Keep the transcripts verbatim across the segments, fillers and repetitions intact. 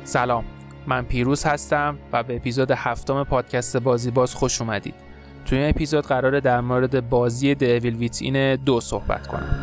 سلام، من پیروز هستم و به اپیزود هفتم پادکست بازی باز خوش اومدید. توی این اپیزود قراره در مورد بازی The Evil Within دو صحبت کنم.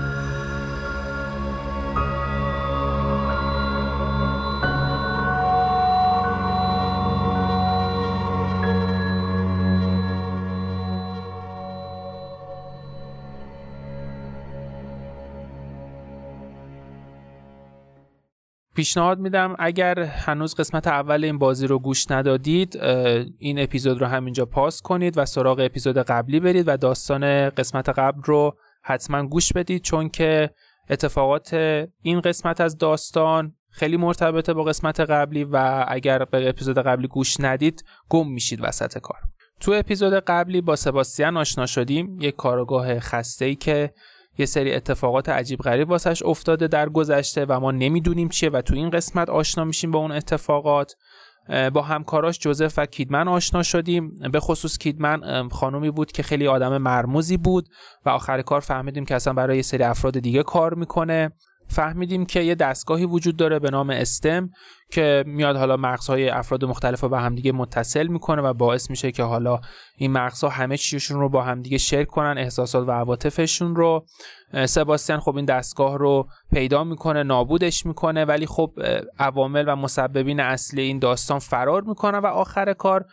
پیشنهاد میدم اگر هنوز قسمت اول این بازی رو گوش ندادید این اپیزود رو همینجا پاس کنید و سراغ اپیزود قبلی برید و داستان قسمت قبل رو حتما گوش بدید، چون که اتفاقات این قسمت از داستان خیلی مرتبطه با قسمت قبلی و اگر به اپیزود قبلی گوش ندید گم میشید وسط کار. تو اپیزود قبلی با سباستین آشنا شدیم، یک کارگاه خسته‌ای که یه سری اتفاقات عجیب غریب واسش افتاده در گذشته و ما نمیدونیم چیه و تو این قسمت آشنا میشیم با اون اتفاقات. با همکاراش جوزف و کیدمن آشنا شدیم، به خصوص کیدمن خانومی بود که خیلی آدم مرموزی بود و آخر کار فهمیدیم که اصلا برای یه سری افراد دیگه کار میکنه. فهمیدیم که یه دستگاهی وجود داره به نام استم که میاد حالا مغزهای افراد مختلف رو با همدیگه متصل میکنه و باعث میشه که حالا این مغزها همه چیزشون رو با همدیگه شیر کنن، احساسات و عواطفشون رو. سباستین خب این دستگاه رو پیدا میکنه، نابودش میکنه، ولی خب عوامل و مسببین اصلی این داستان فرار میکنه و آخر کار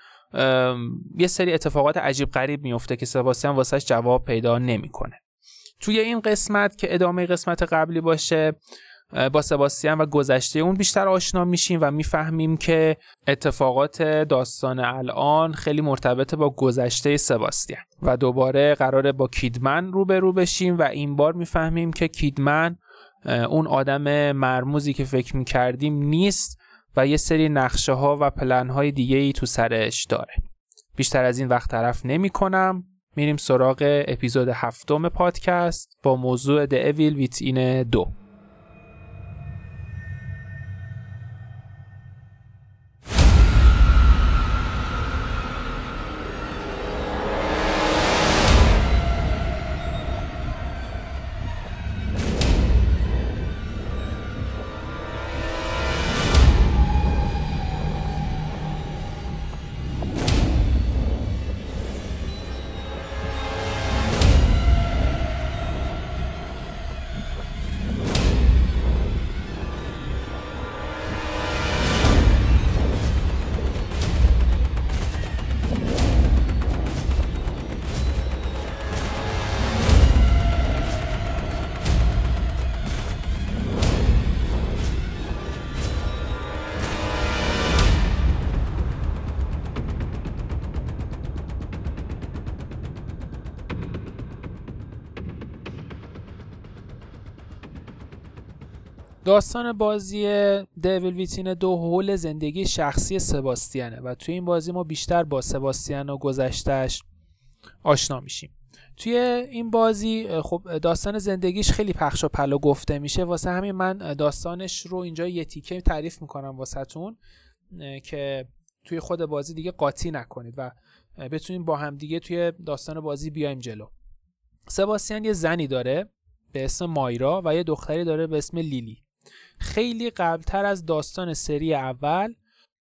یه سری اتفاقات عجیب غریب میفته که سباستین واسش جواب پیدا نمیکنه. توی این قسمت که ادامه قسمت قبلی باشه با سباستین و گذشته اون بیشتر آشنا میشیم و میفهمیم که اتفاقات داستان الان خیلی مرتبط با گذشته سباستین و دوباره قراره با کیدمن روبرو بشیم و این بار میفهمیم که کیدمن اون آدم مرموزی که فکر میکردیم نیست و یه سری نقشه ها و پلن های دیگه ای تو سرش داره. بیشتر از این وقت طرف نمی کنم، میریم سراغ اپیزود هفتم پادکست با موضوع The Evil Within دو. داستان بازی The Evil Within دو حول زندگی شخصی سباستینه و توی این بازی ما بیشتر با سباستین و گذشته‌اش آشنا میشیم. توی این بازی خب داستان زندگیش خیلی پخش و پلا گفته میشه، واسه همین من داستانش رو اینجا یه تیکه تعریف میکنم واسهتون که توی خود بازی دیگه قاطی نکنید و بتونیم با هم دیگه توی داستان بازی بیایم جلو. سباستین یه زنی داره به اسم مایرا و یه دختری داره به اسم لیلی. خیلی قبلتر از داستان سری اول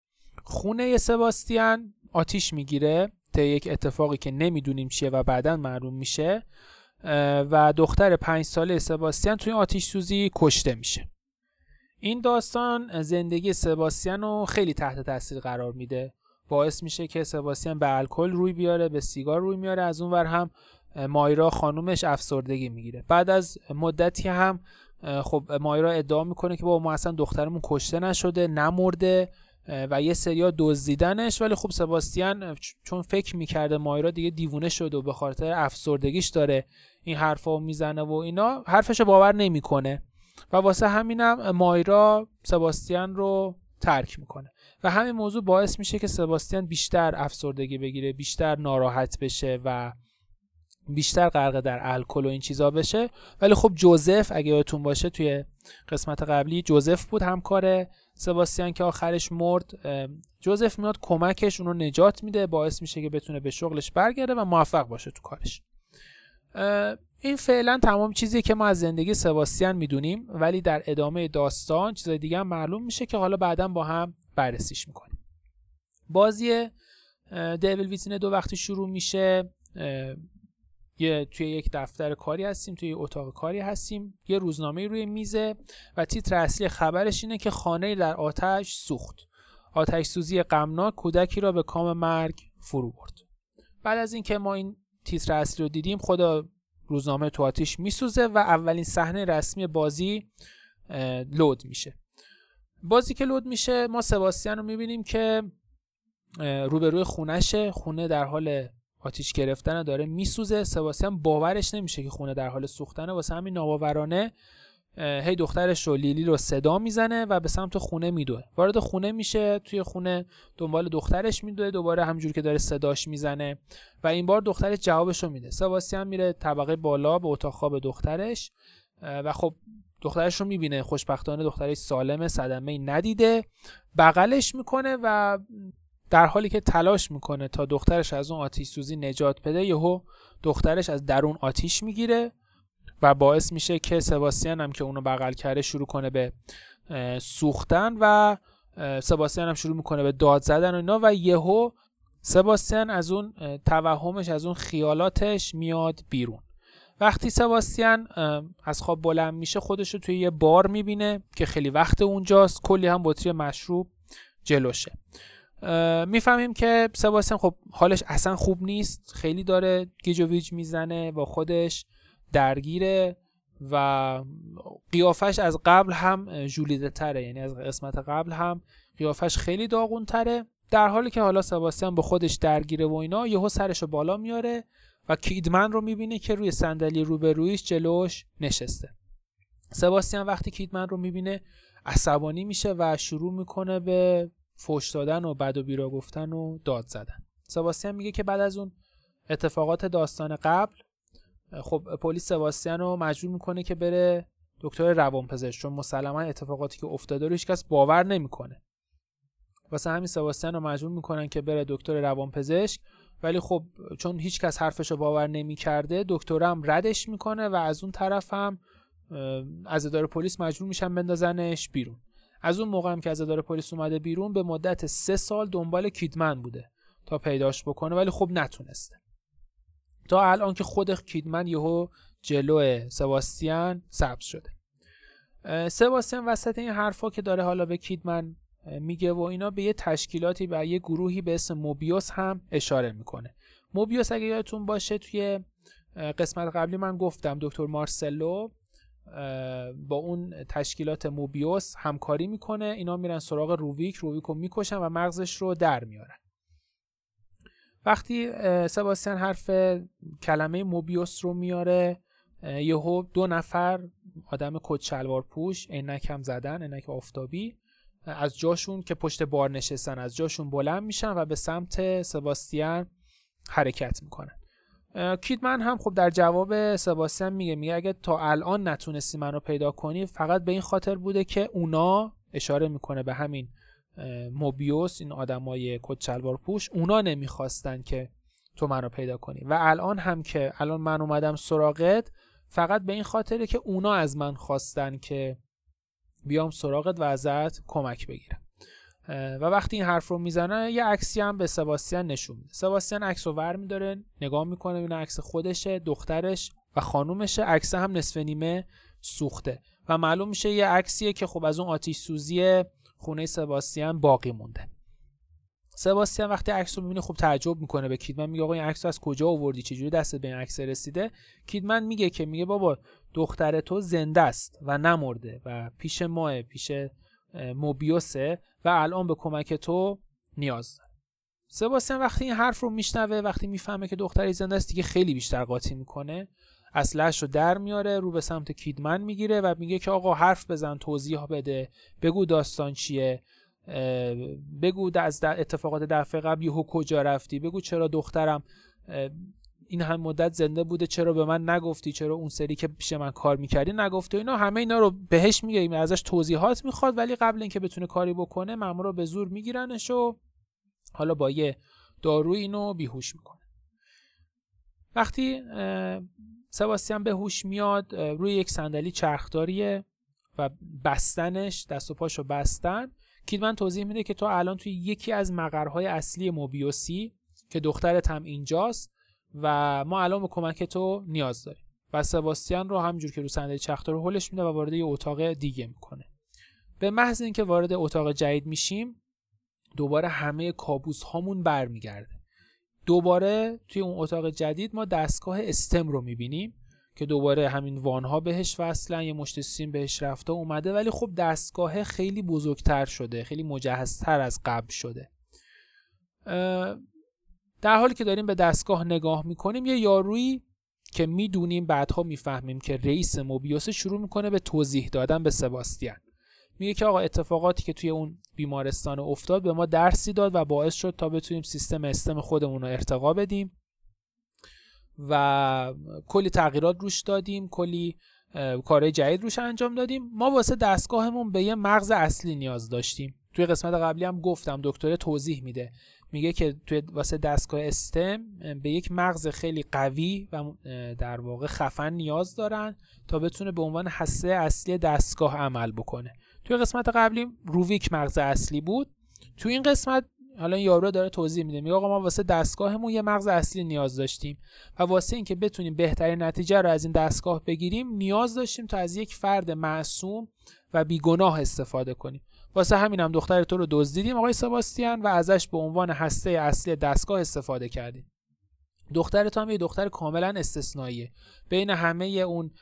خونه سباستین آتیش میگیره تا یک اتفاقی که نمیدونیم چیه و بعداً معلوم میشه و دختر پنج ساله سباستین توی آتیش سوزی کشته میشه. این داستان زندگی سباستین رو خیلی تحت تاثیر قرار میده، باعث میشه که سباستین به الکل روی بیاره، به سیگار روی میاره، از اون ور هم مایرا خانومش افسردگی میگیره. بعد از مدتی هم خب مایرا ادعا میکنه که بابا ما اصلا دخترمون کشته نشده، نمرده و یه سریا دزدیدنش، ولی خب سباستین چون فکر میکرده مایرا دیگه دیوونه شده و به خاطر افسردگیش داره این حرفا میزنه و اینا، حرفشو باور نمیکنه و واسه همینم مایرا سباستین رو ترک میکنه و همین موضوع باعث میشه که سباستین بیشتر افسردگی بگیره، بیشتر ناراحت بشه و بیشتر غرق در الکل و این چیزا بشه. ولی خب جوزف اگه یادتون باشه توی قسمت قبلی جوزف بود همکار سباستین که آخرش مرد. جوزف میاد کمکش، اونو نجات میده، باعث میشه که بتونه به شغلش برگرده و موفق باشه تو کارش. این فعلا تمام چیزی که ما از زندگی سباستیان میدونیم، ولی در ادامه داستان چیزای دیگه هم معلوم میشه که حالا بعداً با هم بررسیش میکنیم. بازی دیویل ویتین دو وقتی شروع میشه، یه توی یک دفتر کاری هستیم، توی اتاق کاری هستیم، یه روزنامه روی میزه و تیتر اصلی خبرش اینه که خانه‌ای در آتش سوخت. آتش سوزی غمناک کودکی را به کام مرگ فرو برد. بعد از اینکه ما این تیتر اصلی رو دیدیم، خدا روزنامه تو آتش میسوزه و اولین صحنه رسمی بازی لود میشه. بازی که لود میشه، ما سباستیان رو میبینیم که روبروی خونه‌شه، خونه در حال آتیش گرفتن داره میسوزه. سباستیان باورش نمیشه که خونه در حال سوختنه، واسه همین ناباورانه هی دخترش رو لیلی رو صدا میزنه و به سمت خونه میدوه. وارد خونه میشه، توی خونه دنبال دخترش میدوه، دوباره همونجور که داره صداش میزنه و این بار دخترش جوابش رو میده. سباستیان میره طبقه بالا به اتاق خواب دخترش و خب دخترش رو میبینه، خوشبختانه دخترش سالمه، صدمه‌ای ندیده. بغلش میکنه و در حالی که تلاش میکنه تا دخترش از اون آتش سوزی نجات بده، یهو دخترش از درون آتیش میگیره و باعث میشه که سباستیان هم که اونو بغل کرده شروع کنه به سوختن و سباستیان هم شروع میکنه به داد زدن و اینا و یهو سباستیان از اون توهمش، از اون خیالاتش میاد بیرون. وقتی سباستیان از خواب بلند میشه، خودش رو توی یه بار میبینه که خیلی وقت اونجاست، کلی هم بطری مشروب جلوشه. میفهمیم که سباستیان خب حالش اصلا خوب نیست، خیلی داره گیج و ویج میزنه، با خودش درگیره و قیافش از قبل هم ژولیده تره، یعنی از قسمت قبل هم قیافش خیلی داغون تره. در حالی که حالا سباستیان با خودش درگیره و اینا، یهو سرشو بالا میاره و کیدمن رو میبینه که روی صندلی روبرویش جلوش نشسته. سباستیان وقتی کیدمن رو میبینه عصبانی میشه و شروع میکنه به فحش دادن و بد و بیرا گفتن و داد زدن. سباستیان میگه که بعد از اون اتفاقات داستان قبل، خب پلیس سباستیان رو مجبور میکنه که بره دکتر روانپزشک، چون مسلما اتفاقاتی که افتاده رو هیچ کس باور نمیکنه. واسه همین سباستیان رو مجبور میکنن که بره دکتر روانپزشک، ولی خب چون هیچ کس حرفشو باور نمیکرده، دکتر هم ردش میکنه و از اون طرف هم از اداره پلیس مجبور میشن بندازنش بیرون. از اون موقع هم که از اداره پلیس اومده بیرون، به مدت سه سال دنبال کیدمن بوده تا پیداش بکنه، ولی خب نتونسته. تا الان که خود کیدمن یهو جلو سباستیان سبز شده. سباستیان وسط این حرفا که داره حالا به کیدمن میگه و اینا، به یه تشکیلاتی و یه گروهی به اسم موبیوس هم اشاره میکنه. موبیوس اگه یادتون باشه توی قسمت قبلی من گفتم دکتر مارسلو با اون تشکیلات موبیوس همکاری میکنه، اینا میرن سراغ روویک، روویک رو میکشن و مغزش رو در میارن. وقتی سباستیان حرف کلمه موبیوس رو میاره، یهو دو نفر آدم کت شلوار پوش، عینک هم زدن، عینک آفتابی، از جاشون که پشت بار نشستن از جاشون بلند میشن و به سمت سباستیان حرکت میکنن. کیدمن هم خب در جواب سباستیان میگه میگه اگه تا الان نتونستی منو پیدا کنی، فقط به این خاطر بوده که اونا، اشاره میکنه به همین موبیوس، این آدمای کت شلوار پوش، اونا نمیخواستن که تو منو پیدا کنی و الان هم که الان من اومدم سراغت، فقط به این خاطره که اونا از من خواستن که بیام سراغت و ازت کمک بگیرم. و وقتی این حرف رو میزنه، یه عکسی هم به سباستیان نشون میده. سباستیان عکس رو ور میداره، نگاه میکنه، این عکس خودشه، دخترش و خانومشه. عکس هم نصف نیمه سوخته و معلوم میشه یه عکسیه که خب از اون آتش سوزی خونه سباستیان باقی مونده. سباستیان وقتی عکس رو میبینه خب تعجب میکنه، به کیدمن میگه آقا این عکس رو از کجا آوردی، چجوری دستت به این عکس رسیده؟ کیدمن میگه که میگه بابا دختر تو زنده است و نمرده و پیش ماه، پیش موبیوسه و الان به کمک تو نیاز داره. سباستیان وقتی این حرف رو میشنوه، وقتی میفهمه که دختری زنده است، دیگه خیلی بیشتر قاطی میکنه، اسلحه‌اش رو در میاره، رو به سمت کیدمن میگیره و میگه که آقا حرف بزن، توضیح بده، بگو داستان چیه، بگو از اتفاقات دفعه قبل یهو کجا رفتی، بگو چرا دخترم این هم مدت زنده بوده، چرا به من نگفتی، چرا اون سری که پیش من کار میکردی نگفتی. اینا همه اینا رو بهش میگه، ازش توضیحات میخواد، ولی قبل اینکه بتونه کاری بکنه مأمور رو به زور میگیرنش و حالا با یه داروی اینو بیهوش میکنه. وقتی سباستیان به هوش میاد، روی یک صندلی چرخداریه و بستنش، دست و پاشو بستن. کیدمن توضیح میده که تو الان توی یکی از مقرهای اصلی موبیوسی که دخترت هم اینجاست و ما الان به کمک تو نیاز داریم. و سباستیان رو همینجور که رو صندلی چرخدار هولش میده و وارد یه اتاق دیگه میکنه. به محض اینکه وارد اتاق جدید میشیم دوباره همه کابوس هامون برمیگرده. دوباره توی اون اتاق جدید ما دستگاه استم رو میبینیم که دوباره همین وانها بهش وصلن، یه مشت سیم بهش رفته اومده، ولی خب دستگاه خیلی بزرگتر شده، خیلی مجهزتر از قبل شده. در حالی که داریم به دستگاه نگاه میکنیم یه یارویی که میدونیم بعدها میفهمیم که رئیس موبیوس شروع میکنه به توضیح دادن به سباستیان. میگه که آقا اتفاقاتی که توی اون بیمارستان افتاد به ما درسی داد و باعث شد تا بتونیم سیستم استم خودمون رو ارتقا بدیم و کلی تغییرات روش دادیم، کلی کارهای جدید روش انجام دادیم. ما واسه دستگاهمون به یه مغز اصلی نیاز داشتیم. توی قسمت قبلی هم گفتم، دکتر توضیح میده، میگه که توی واسه دستگاه استم به یک مغز خیلی قوی و در واقع خفن نیاز دارن تا بتونه به عنوان هسته اصلی دستگاه عمل بکنه. توی قسمت قبلی روویک مغز اصلی بود. توی این قسمت حالا یارو داره توضیح میده، میگه آقا ما واسه دستگاهمون یه مغز اصلی نیاز داشتیم و واسه اینکه بتونیم بهترین نتیجه رو از این دستگاه بگیریم نیاز داشتیم تا از یک فرد معصوم و بیگناه استفاده کنیم. واسه همینم هم دختر تو رو دزدیدیم آقای سباستیان و ازش به عنوان هسته اصلی دستگاه استفاده کردیم. دختر تو هم یه دختر کاملا استثنائیه. بین همه اون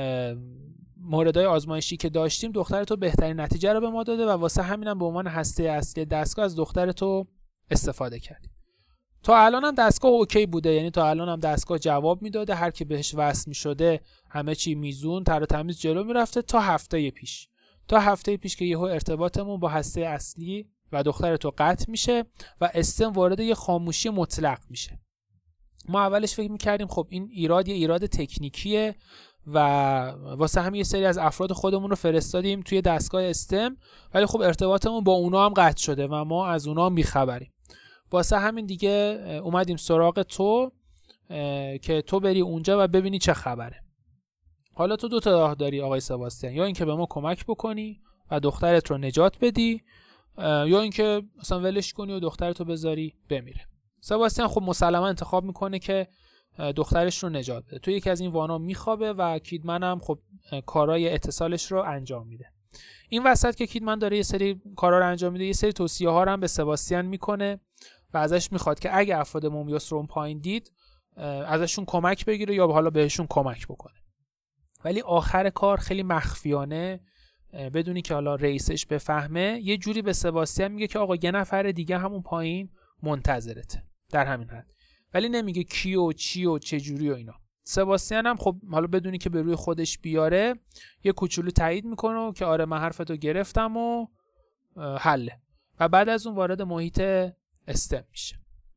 موردهای آزمایشی که داشتیم دختر تو بهترین نتیجه رو به ما داده و واسه همینم هم به عنوان هسته اصلی دستگاه از دختر تو استفاده کردیم. تا الان هم دستگاه اوکی بوده، یعنی تا الان هم دستگاه جواب میداده، هر کی بهش وصل میشده همه چی میزون تر و تمیز جلو میرفته تا هفته پیش. تا هفته پیش که یهو ارتباطمون با هسته اصلی و دختر تو قطع میشه و استم وارد یه خاموشی مطلق میشه. ما اولش فکر میکردیم خب این ایراد یه ایراد تکنیکیه و واسه همین یه سری از افراد خودمون رو فرستادیم توی دستگاه استم، ولی خب ارتباطمون با اونا هم قطع شده و ما از اونا هم بیخبریم. واسه همین دیگه اومدیم سراغ تو که تو بری اونجا و ببینی چه خبره. حالا تو دو تا راه داری آقای سباستیان، یا اینکه به ما کمک بکنی و دخترت رو نجات بدی، یا اینکه مثلا ولش کنی و دخترت رو بذاری بمیره. سباستیان خب مسلما انتخاب میکنه که دخترش رو نجات بده. تو یکی از این وانا میخوابه و کیدمن هم خب کارهای اتصالش رو انجام میده. این وسط که کیدمن داره یه سری کارا رو انجام میده، یه سری توصیه ها رو هم به سباستیان میکنه و ازش میخواد که اگه افراد موبیوس رو اون پایین دید ازشون کمک بگیره یا حالا بهشون کمک بکنه. ولی آخر کار خیلی مخفیانه بدونی که حالا رئیسش بفهمه یه جوری به سباستیان میگه که آقا یه نفر دیگه همون پایین منتظرته در همین حد، ولی نمیگه کی و چی و چه جوری و اینا. سباستیان هم خب حالا بدونی که به روی خودش بیاره یه کوچولو تایید میکنه که آره من حرفتو گرفتم و حله و بعد از اون وارد محیط استم میشه.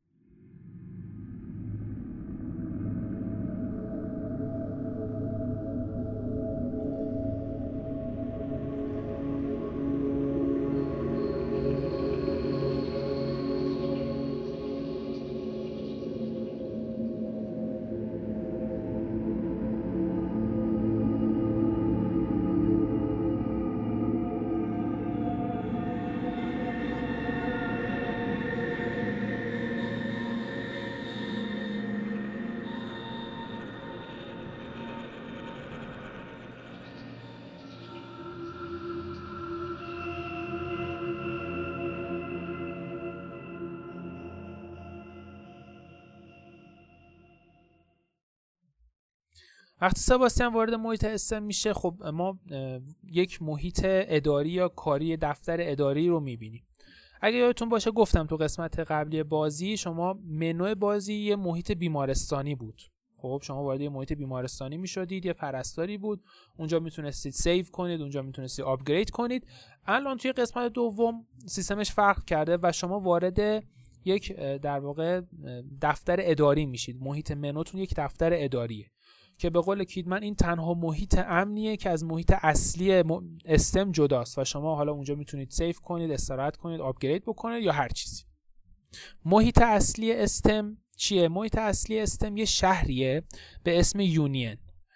وقتی سباستیان وارد محیط استم میشه خب ما یک محیط اداری یا کاری دفتر اداری رو میبینیم. اگه یادتون باشه گفتم تو قسمت قبلی بازی شما منو بازی یه محیط بیمارستانی بود. خب شما وارد یه محیط بیمارستانی میشدید، یه پرستاری بود، اونجا میتونستید سیو کنید، اونجا میتونستید آپگرید کنید. الان توی قسمت دوم سیستمش فرق کرده و شما وارد یک در واقع دفتر اداری میشید. محیط منوتون یک دفتر اداریه که به قول کیدمن این تنها محیط امنیه که از محیط اصلی استم جداست و شما حالا اونجا میتونید سیو کنید، استراحت کنید، آپگرید بکنید یا هر چیزی. محیط اصلی استم چیه؟ محیط اصلی استم یه شهریه به اسم یونین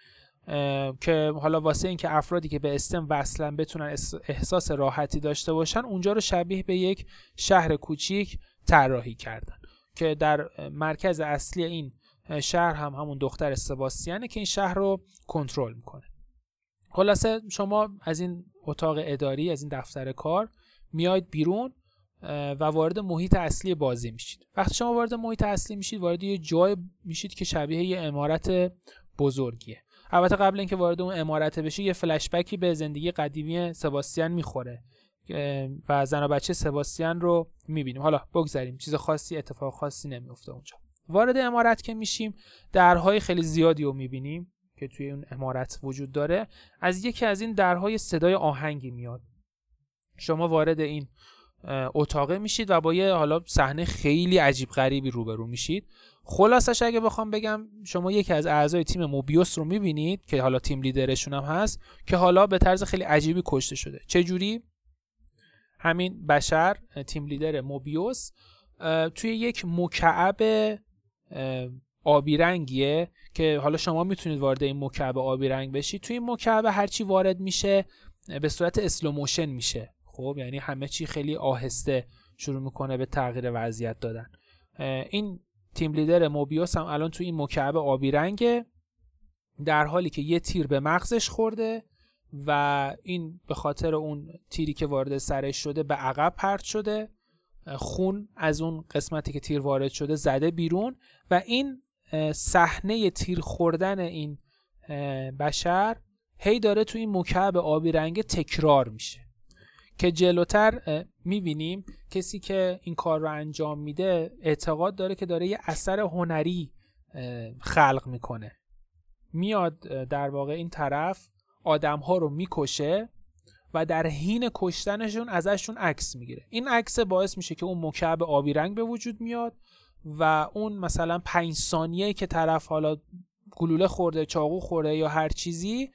که حالا واسه این که افرادی که به استم وصلن بتونن احساس راحتی داشته باشن اونجا رو شبیه به یک شهر کوچیک طراحی کردن که در مرکز اصلی این شهر هم همون دختر سباستیانه که این شهر رو کنترل میکنه. خلاصه شما از این اتاق اداری، از این دفتر کار میاید بیرون و وارد محیط اصلی بازی میشید. وقتی شما وارد محیط اصلی میشید وارد یه جای میشید که شبیه یه عمارت بزرگیه. البته قبل اینکه وارد اون عمارت بشید یه فلش بکی به زندگی قدیمی سباستیان میخوره و زن و بچه سباستیان رو میبینیم. حالا بگذاریم، چیز خاصی اتفاق خاصی نمیفته اونجا. وارد عمارت که میشیم درهای خیلی زیادی رو میبینیم که توی اون عمارت وجود داره. از یکی از این درهای صدای آهنگی میاد. شما وارد این اتاقه میشید و با یه حالا صحنه خیلی عجیب غریبی روبرو میشید. خلاصش اگه بخوام بگم شما یکی از اعضای تیم موبیوس رو میبینید که حالا تیم لیدرشون هم هست که حالا به طرز خیلی عجیبی کشته شده. چه جوری؟ همین بشر، تیم لیدر موبیوس، توی یک مکعب آبی رنگیه که حالا شما میتونید وارد این مکعب آبی رنگ بشید. توی این مکعب هرچی وارد میشه به صورت اسلو موشن میشه. خب یعنی همه چی خیلی آهسته شروع میکنه به تغییر وضعیت دادن. این تیم لیدر موبیوس هم الان توی این مکعب آبی رنگه در حالی که یه تیر به مغزش خورده و این به خاطر اون تیری که وارد سرش شده به عقب پرت شده، خون از اون قسمتی که تیر وارد شده زده بیرون و این صحنه تیر خوردن این بشر هی داره توی این مکعب آبی رنگ تکرار میشه که جلوتر میبینیم کسی که این کار رو انجام میده اعتقاد داره که داره یه اثر هنری خلق میکنه. میاد در واقع این طرف آدم‌ها رو میکشه و در حین کشتنشون ازشون عکس میگیره. این عکس باعث میشه که اون مکعب آبی رنگ به وجود میاد و اون مثلا پنج ثانیه که طرف حالا گلوله خورده، چاقو خورده یا هر چیزی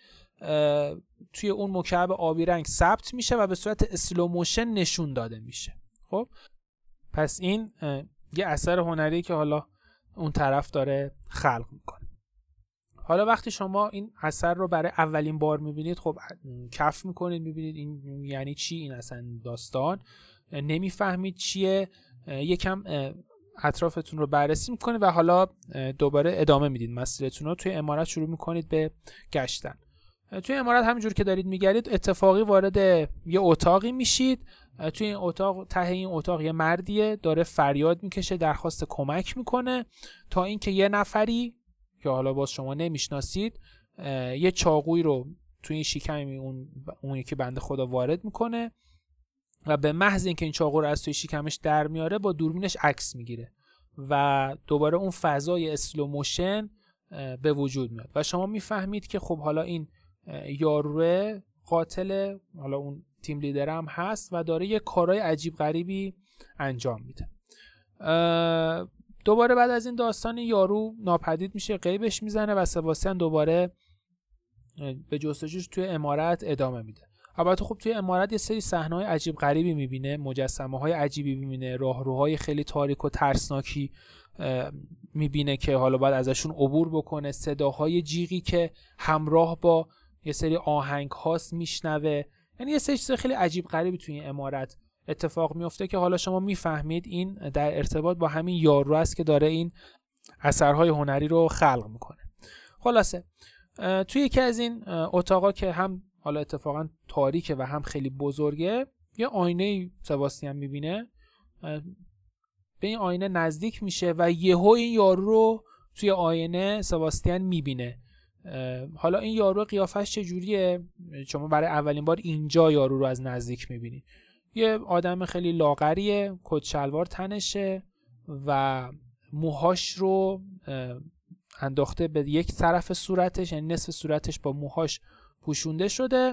توی اون مکعب آبی رنگ ثبت میشه و به صورت اسلو موشن نشون داده میشه. خب پس این یه اثر هنری که حالا اون طرف داره خلق میکنه. حالا وقتی شما این اثر رو برای اولین بار میبینید خب کف میکنید، میبینید این یعنی چی، این اصلا داستان نمیفهمید چیه، یکم اطرافتون رو بررسی میکنید و حالا دوباره ادامه میدید مسیرتون رو. توی عمارت شروع میکنید به گشتن. توی عمارت همینجور که دارید میگردید اتفاقی وارد یه اتاقی میشید. توی این اتاق، ته این اتاق یه مردیه داره فریاد میکشه، درخواست کمک میکنه تا اینکه یه نفری که حالا باز شما نمیشناسید یه چاقوی رو توی این شکم اون اون یکی بنده خدا وارد میکنه و به محض اینکه این چاقو رو از توی شکمش در میاره با دوربینش عکس میگیره و دوباره اون فضای اسلو موشن به وجود میاد و شما میفهمید که خب حالا این یاروه قاتل، حالا اون تیم لیدر هم هست و داره یه کارهای عجیب غریبی انجام میده. دوباره بعد از این داستان یارو ناپدید میشه، غیبش میزنه و سباستیان دوباره به جستجوش توی عمارت ادامه میده. البته خب توی عمارت یه سری صحنه‌های عجیب غریبی میبینه، مجسمه‌های عجیبی میبینه، راهروهای خیلی تاریک و ترسناکی میبینه که حالا باید ازشون عبور بکنه، صداهای جیغی که همراه با یه سری آهنگ هاست میشنوه. یعنی یه سری چیز خیلی عجیب غریبی توی این عمارت اتفاق میفته که حالا شما میفهمید این در ارتباط با همین یارو است که داره این اثرهای هنری رو خلق میکنه. خلاصه توی یکی از این اتاقا که هم حالا اتفاقا تاریکه و هم خیلی بزرگه، یه آینه سباستیان میبینه، به این آینه نزدیک میشه و یهو این یارو رو توی آینه سباستیان میبینه. حالا این یارو قیافش چجوریه؟ شما برای اولین بار اینجا یارو رو از نزدیک میبینید. یه آدم خیلی لاغریه، کت شلوار تنشه و موهاش رو انداخته به یک طرف صورتش، یعنی نصف صورتش با موهاش پوشونده شده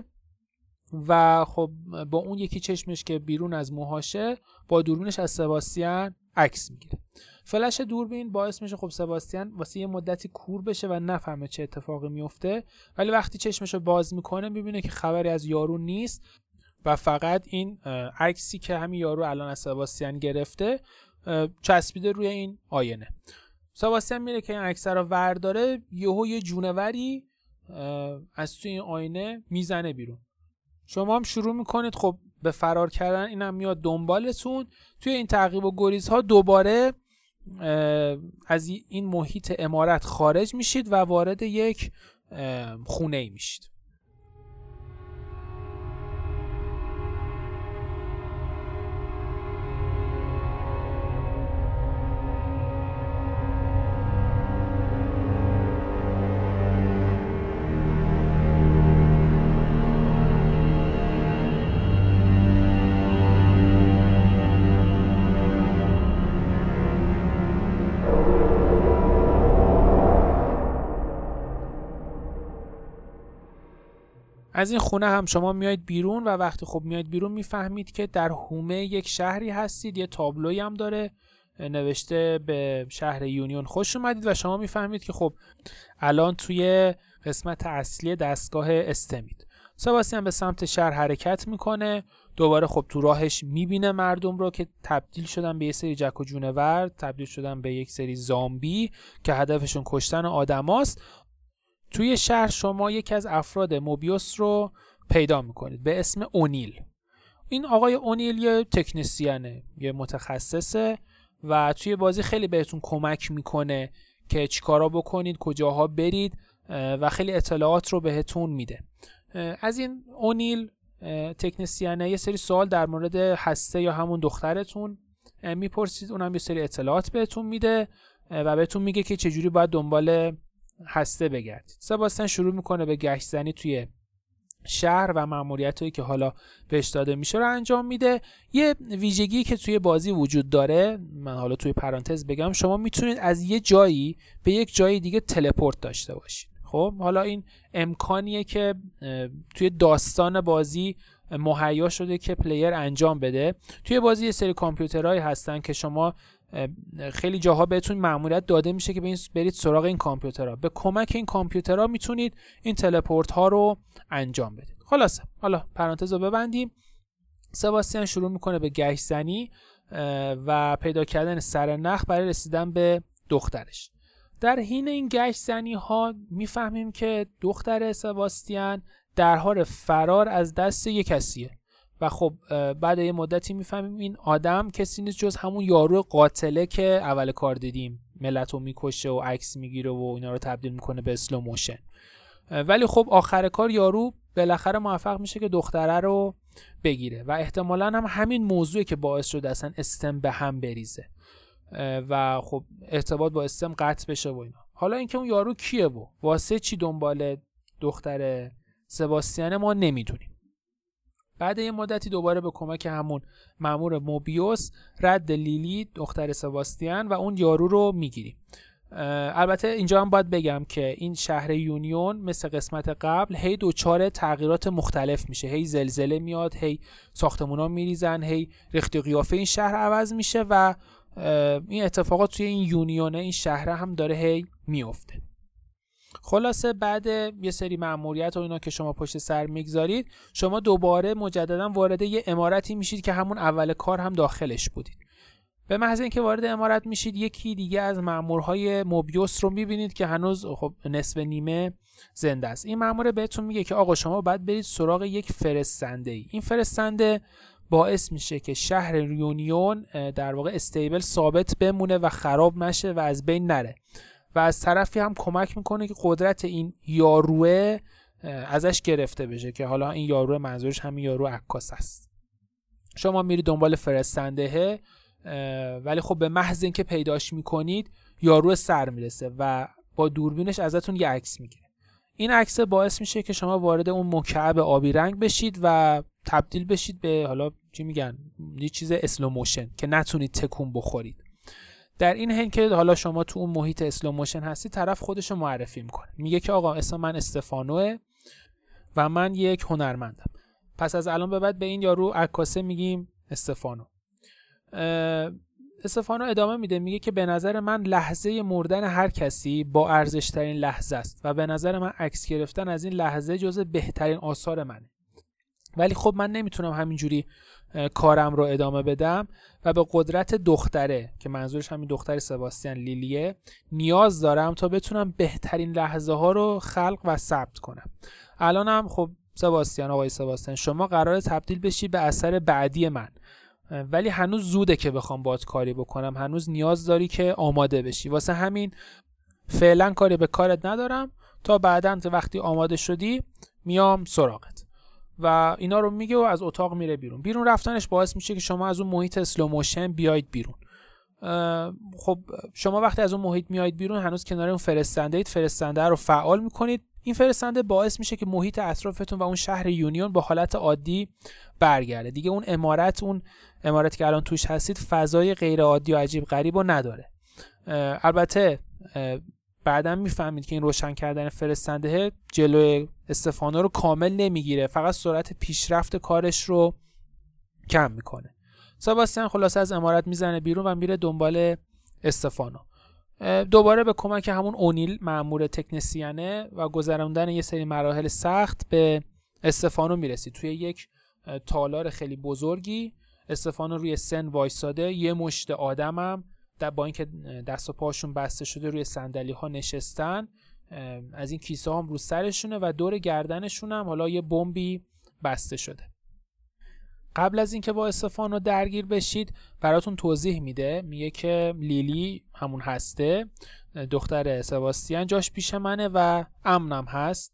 و خب با اون یکی چشمش که بیرون از موهاشه با دوربینش از سباستیان عکس میگیره. فلش دوربین باعث میشه خب سباستیان واسه یه مدتی کور بشه و نفهمه چه اتفاقی میفته، ولی وقتی چشمشو باز میکنه میبینه که خبری از یارو نیست و فقط این عکسی که همین یارو الان از سباستیان گرفته چسبیده روی این آینه. سباستیان میره که این عکس رو ورداره، یهو یه جونوری از توی این آینه میزنه بیرون. شما هم شروع میکنید خب به فرار کردن، اینم میاد دنبالتون. توی این تعقیب و گریزها دوباره از این محیط عمارت خارج میشید و وارد یک خونه ای میشید. از این خونه هم شما میاید بیرون و وقتی خب میاید بیرون میفهمید که در حومه یک شهری هستید. یه تابلویی هم داره نوشته به شهر یونیون خوش اومدید و شما میفهمید که خب الان توی قسمت اصلی دستگاه استمید. سباستیان به سمت شهر حرکت میکنه. دوباره خب تو راهش میبینه مردم رو که تبدیل شدن به یه سری جک و جونور، تبدیل شدن به یک سری زامبی که هدفشون کشتن آدماست. توی شهر شما یکی از افراد موبیوس رو پیدا میکنید به اسم اونیل. این آقای اونیل یه تکنسیانه، یه متخصصه و توی بازی خیلی بهتون کمک میکنه که چیکارا بکنید، کجاها برید و خیلی اطلاعات رو بهتون میده. از این اونیل تکنسیانه یه سری سوال در مورد هسته یا همون دخترتون میپرسید، اونم یه سری اطلاعات بهتون میده و بهتون میگه که چجوری باید دنبال هسته بگردید. سباستیان شروع میکنه به گشت زنی توی شهر و مأموریتایی که حالا بهش داده میشه رو انجام میده. یه ویژگی که توی بازی وجود داره، من حالا توی پرانتز بگم، شما میتونید از یه جایی به یک جای دیگه تلپورت داشته باشید. خب حالا این امکانیه که توی داستان بازی مهیا شده که پلیر انجام بده. توی بازی یه سری کامپیوترهایی هستن که شما خیلی جاها بهتون مأموریت داده میشه که برید سراغ این کامپیوترها. به کمک این کامپیوترها میتونید این تلپورت ها رو انجام بدید. خلاصه حالا پرانتز رو ببندیم. سباستیان شروع میکنه به گشت زنی و پیدا کردن سرنخ برای رسیدن به دخترش. در حین این گشت زنی ها میفهمیم که دختر سباستیان در حال فرار از دست یک کسیه و خب بعد یه مدتی میفهمیم این آدم کسی نیست جز همون یارو قاتله که اول کار دیدیم، ملتو میکشه و عکس میگیره و اینا رو تبدیل میکنه به اسلو موشن. ولی خب آخر کار یارو بالاخره موفق میشه که دختره رو بگیره و احتمالاً هم همین موضوعی که باعث شده اصلا استم به هم بریزه و خب ارتباط با استم قطع بشه و اینا. حالا اینکه اون یارو کیه و واسه چی دنبال دختر سباستیان ما نمیدونیم. بعد یه مدتی دوباره به کمک همون مأمور موبیوس رد لیلی دختر سباستیان و اون یارو رو میگیریم. البته اینجا هم باید بگم که این شهر یونیون مثل قسمت قبل هی دوچار تغییرات مختلف میشه، هی زلزله میاد، هی ساختمونا میریزن، هی رخت و قیافه این شهر عوض میشه و این اتفاقات توی این یونیونه این شهر هم داره هی میفته. خلاصه بعد یه سری مأموریت و اینا که شما پشت سر میگذارید، شما دوباره مجددا وارد یه عمارتی میشید که همون اول کار هم داخلش بودید. به محض اینکه وارد عمارت میشید یکی دیگه از مأمورهای موبیوس رو میبینید که هنوز خب نصف نیمه زنده است. این مأمور بهتون میگه که آقا شما باید برید سراغ یک فرستنده ای. این فرستنده باعث میشه که شهر یونیون در واقع استیبل ثابت بمونه و خراب نشه و از بین نره و از طرفی هم کمک میکنه که قدرت این یاروه ازش گرفته بشه که حالا این یاروه منظورش همین یارو عکاس است. شما میرید دنبال فرستنده ولی خب به محض اینکه پیداش میکنید یارو سر میرسه و با دوربینش ازتون یه عکس میگیره. این عکس باعث میشه که شما وارد اون مکعب آبی رنگ بشید و تبدیل بشید به حالا چی میگن یه چیز اسلو موشن که نتونید تکون بخورید. در این حین که حالا شما تو اون محیط اسلو موشن هستی، طرف خودشو معرفی میکنه، میگه که آقا اسم من استفانوه و من یک هنرمندم. پس از الان به بعد به این یارو عکاسه میگیم استفانو. استفانو ادامه میده میگه که به نظر من لحظه مردن هر کسی با ارزش ترین لحظه است و به نظر من عکس گرفتن از این لحظه جزو بهترین آثار منه. ولی خب من نمیتونم همینجوری کارم رو ادامه بدم و به قدرت دختره که منظورش همین دختر سباستیان لیلیه نیاز دارم تا بتونم بهترین لحظه ها رو خلق و ثبت کنم. الانم خب سباستیان، آقای سباستیان، شما قراره تبدیل بشی به اثر بعدی من، ولی هنوز زوده که بخوام باهات کاری بکنم، هنوز نیاز داری که آماده بشی. واسه همین فعلا کاری به کارت ندارم، تا بعداً وقتی آماده شدی میام سراغت. و اینا رو میگه و از اتاق میره بیرون. بیرون رفتنش باعث میشه که شما از اون محیط اسلو موشن بیاید بیرون. خب شما وقتی از اون محیط میاید بیرون هنوز کنار اون فرستنده اید، فرستنده رو فعال میکنید. این فرستنده باعث میشه که محیط اطرافتون و اون شهر یونیون با حالت عادی برگرده. دیگه اون عمارت اون عمارتی که الان توش هستید فضای غیر عادی و عجیب غریب رو نداره. البته بعداً میفهمید که این روشن کردن فرستنده جلوی استفانو رو کامل نمیگیره، فقط سرعت پیشرفت کارش رو کم میکنه. سباستیان خلاصه از عمارت میزنه بیرون و میره دنبال استفانو. دوباره به کمک همون اونیل مأمور تکنسیانه و گذراندن یه سری مراحل سخت به استفانو میرسید. توی یک تالار خیلی بزرگی استفانو روی سن وایساده، یه مشت آدمم با اینکه دست و پاشون بسته شده روی صندلی ها نشستن، از این کیسه هم رو سرشونه و دور گردنشون هم حالا یه بمبی بسته شده. قبل از اینکه با استفانو درگیر بشید براتون توضیح میده، میگه که لیلی همون هسته، دختر سباستیان، جاش پیش منه و امنم هست.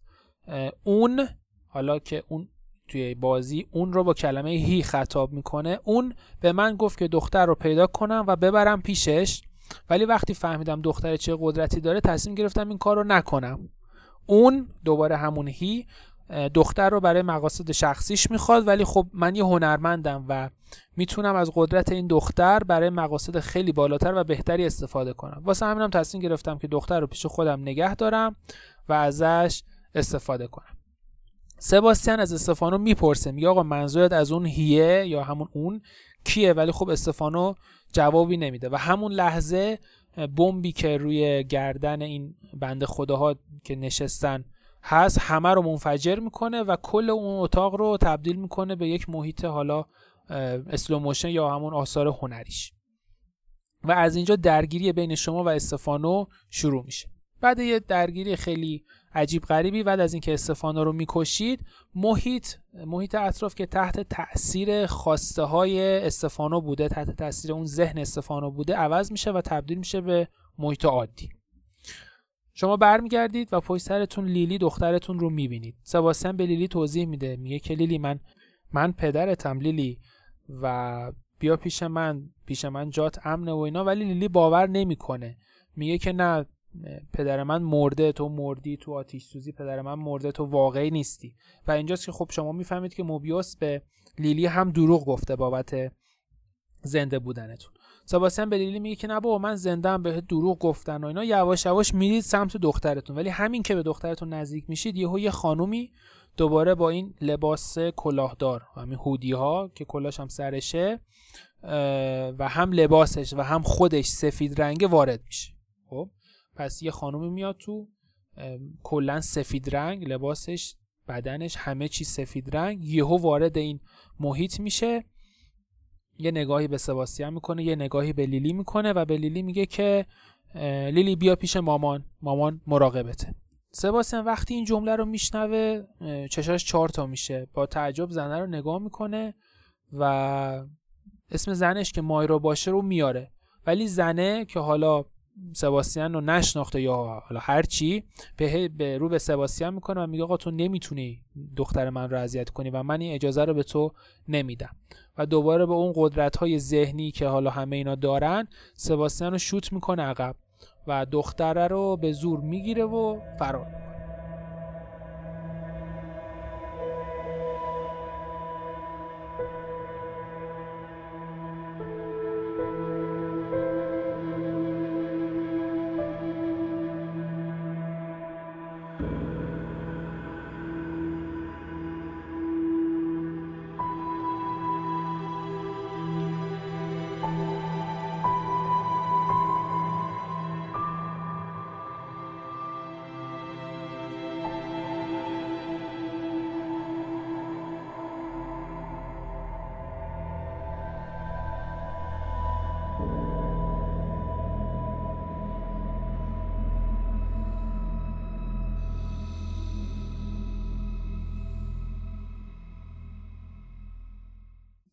اون حالا که اون توی بازی اون رو با کلمه هی خطاب میکنه، اون به من گفت که دختر رو پیدا کنم و ببرم پیشش، ولی وقتی فهمیدم دختر چه قدرتی داره تصمیم گرفتم این کار رو نکنم. اون دوباره همون هی دختر رو برای مقاصد شخصیش میخواد، ولی خب من یه هنرمندم و میتونم از قدرت این دختر برای مقاصد خیلی بالاتر و بهتری استفاده کنم. واسه همینم تصمیم گرفتم که دختر رو پیش خودم نگه دارم و ازش استفاده کنم. سباستیان از استفانو میپرسه، میگه آقا منظورت از اون هیه یا همون اون کیه؟ ولی خب استفانو جوابی نمیده و همون لحظه بمبی که روی گردن این بنده خداها که نشستن هست همه رو منفجر میکنه و کل اون اتاق رو تبدیل میکنه به یک محیط حالا اسلو موشن یا همون آثار هنریش. و از اینجا درگیری بین شما و استفانو شروع میشه. بعد یه درگیری خیلی عجیب غریبی، بعد از اینکه استفانو رو میکشید، محیط محیط اطراف که تحت تأثیر خواسته های استفانو بوده، تحت تأثیر اون ذهن استفانو بوده، عوض میشه و تبدیل میشه به محیط عادی. شما برمیگردید و پشت سرتون لیلی دخترتون رو میبینید. سباستیان به لیلی توضیح میده، میگه که لیلی من من پدرتم لیلی و بیا پیش من، پیش من جات امنه و اینا. ولی لیلی باور نمیکنه، میگه که نه، پدر من مرده، تو مردی تو آتش سوزی، پدر من مرده، تو واقعی نیستی. و اینجاست که خب شما میفهمید که موبیوس به لیلی هم دروغ گفته بابت زنده بودنتون. سباستیان به لیلی میگه که نه بابا من زنده ام، به دروغ گفتن و اینا. یواش یواش میرید سمت دخترتون، ولی همین که به دخترتون نزدیک میشید یهو یه خانومی دوباره با این لباس کلاهدار، همین هودی ها که کلاهش هم سرشه و هم لباسش و هم خودش سفید رنگ وارد میشه. خب پس یه خانومی میاد تو کلا سفید رنگ، لباسش، بدنش، همه چی سفید رنگ، یهو وارد این محیط میشه. یه نگاهی به سباستیان میکنه، یه نگاهی به لیلی میکنه و به لیلی میگه که لیلی بیا پیش مامان، مامان مراقبته. سباستیان وقتی این جمله رو میشنوه چشاش چهار تا میشه، با تعجب زنه رو نگاه میکنه و اسم زنش که مایرا باشه رو میاره. ولی زنه که حالا سباستیان رو نشناخته یا حالا هر چی، به, به رو به سباستیان میکنه و میگه آقا تو نمیتونی دختر من رو اذیت کنی و من این اجازه رو به تو نمیدم. و دوباره به اون قدرت‌های ذهنی که حالا همه اینا دارن سباستیان رو شوت میکنه عقب و دختره رو به زور میگیره و فرار میکنه.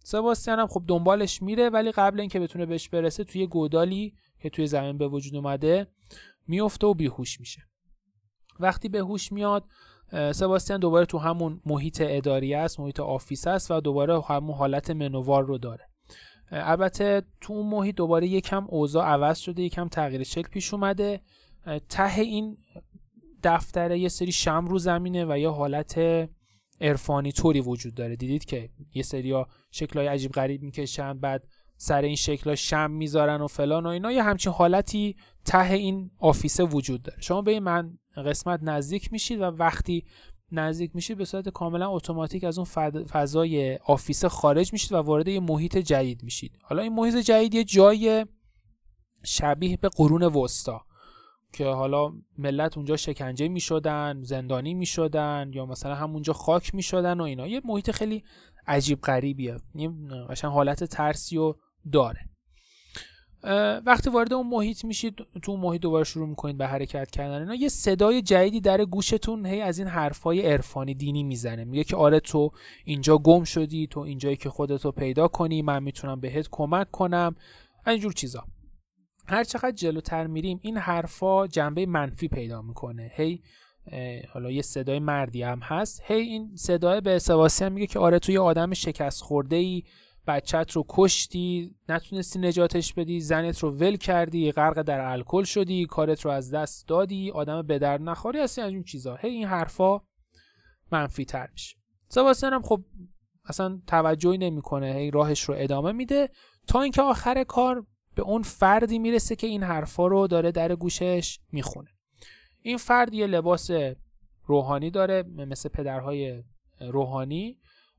سباستیان هم خب دنبالش میره، ولی قبل اینکه بتونه بهش برسه توی گودالی که توی زمین به وجود اومده میفته و بیهوش میشه. وقتی به هوش میاد سباستیان دوباره تو همون محیط اداری است، محیط آفیس است و دوباره همون حالت منوار رو داره. البته تو اون محیط دوباره یکم اوضاع عوض شده، یکم تغییر شکل پیش اومده. ته این دفتره یه سری شمع رو زمینه و یه حالت عرفانی طوری وجود داره. دیدید که یه سری‌ها شکل‌های عجیب غریب میکشن، بعد سر این شکل‌ها شمع میذارن و فلان و اینا. یه همچین حالتی ته این آفیسه وجود داره. شما به این من قسمت نزدیک میشید و وقتی نزدیک میشید به صورت کاملا اتوماتیک از اون فضای آفیس خارج میشید و وارد یه محیط جدید میشید. حالا این محیط جدید یه جای شبیه به قرون وسطا که حالا ملت اونجا شکنجه میشدن، زندانی میشدن یا مثلا همونجا خاک میشدن و اینا. یه محیط خیلی عجیب غریبیه، یه قشنگ حالت ترسیو داره. وقتی وارد اون محیط میشید، تو اون محیط دوباره شروع میکنید به حرکت کردن اینا، یه صدای جدیدی در گوشتون هی از این حرفای عرفانی دینی میزنه. میگه که آره تو اینجا گم شدی، تو اینجایی که خودتو پیدا کنی، من میتونم بهت کمک کنم، اینجور چیزا. هر چقدر جلوتر میریم این حرفا جنبه منفی پیدا میکنه. هی حالا یه صدای مردی هم هست، هی این صدای به سباستیان میگه که آره تو یه آدم شکست خورده‌ای، بچت رو کشتی، نتونستی نجاتش بدی، زنت رو ول کردی، غرق در الکل شدی، کارت رو از دست دادی، آدم به درد نخوری هستی، از این چیزا. هی این حرفا منفی تر میشه. سباستیان هم خب اصلا توجهی نمیکنه، هی راهش رو ادامه میده تا اینکه آخر کار به اون فردی میرسه که این حرفا رو داره در گوشش میخونه. این فرد یه لباس روحانی داره، مثل پدرهای روحانی،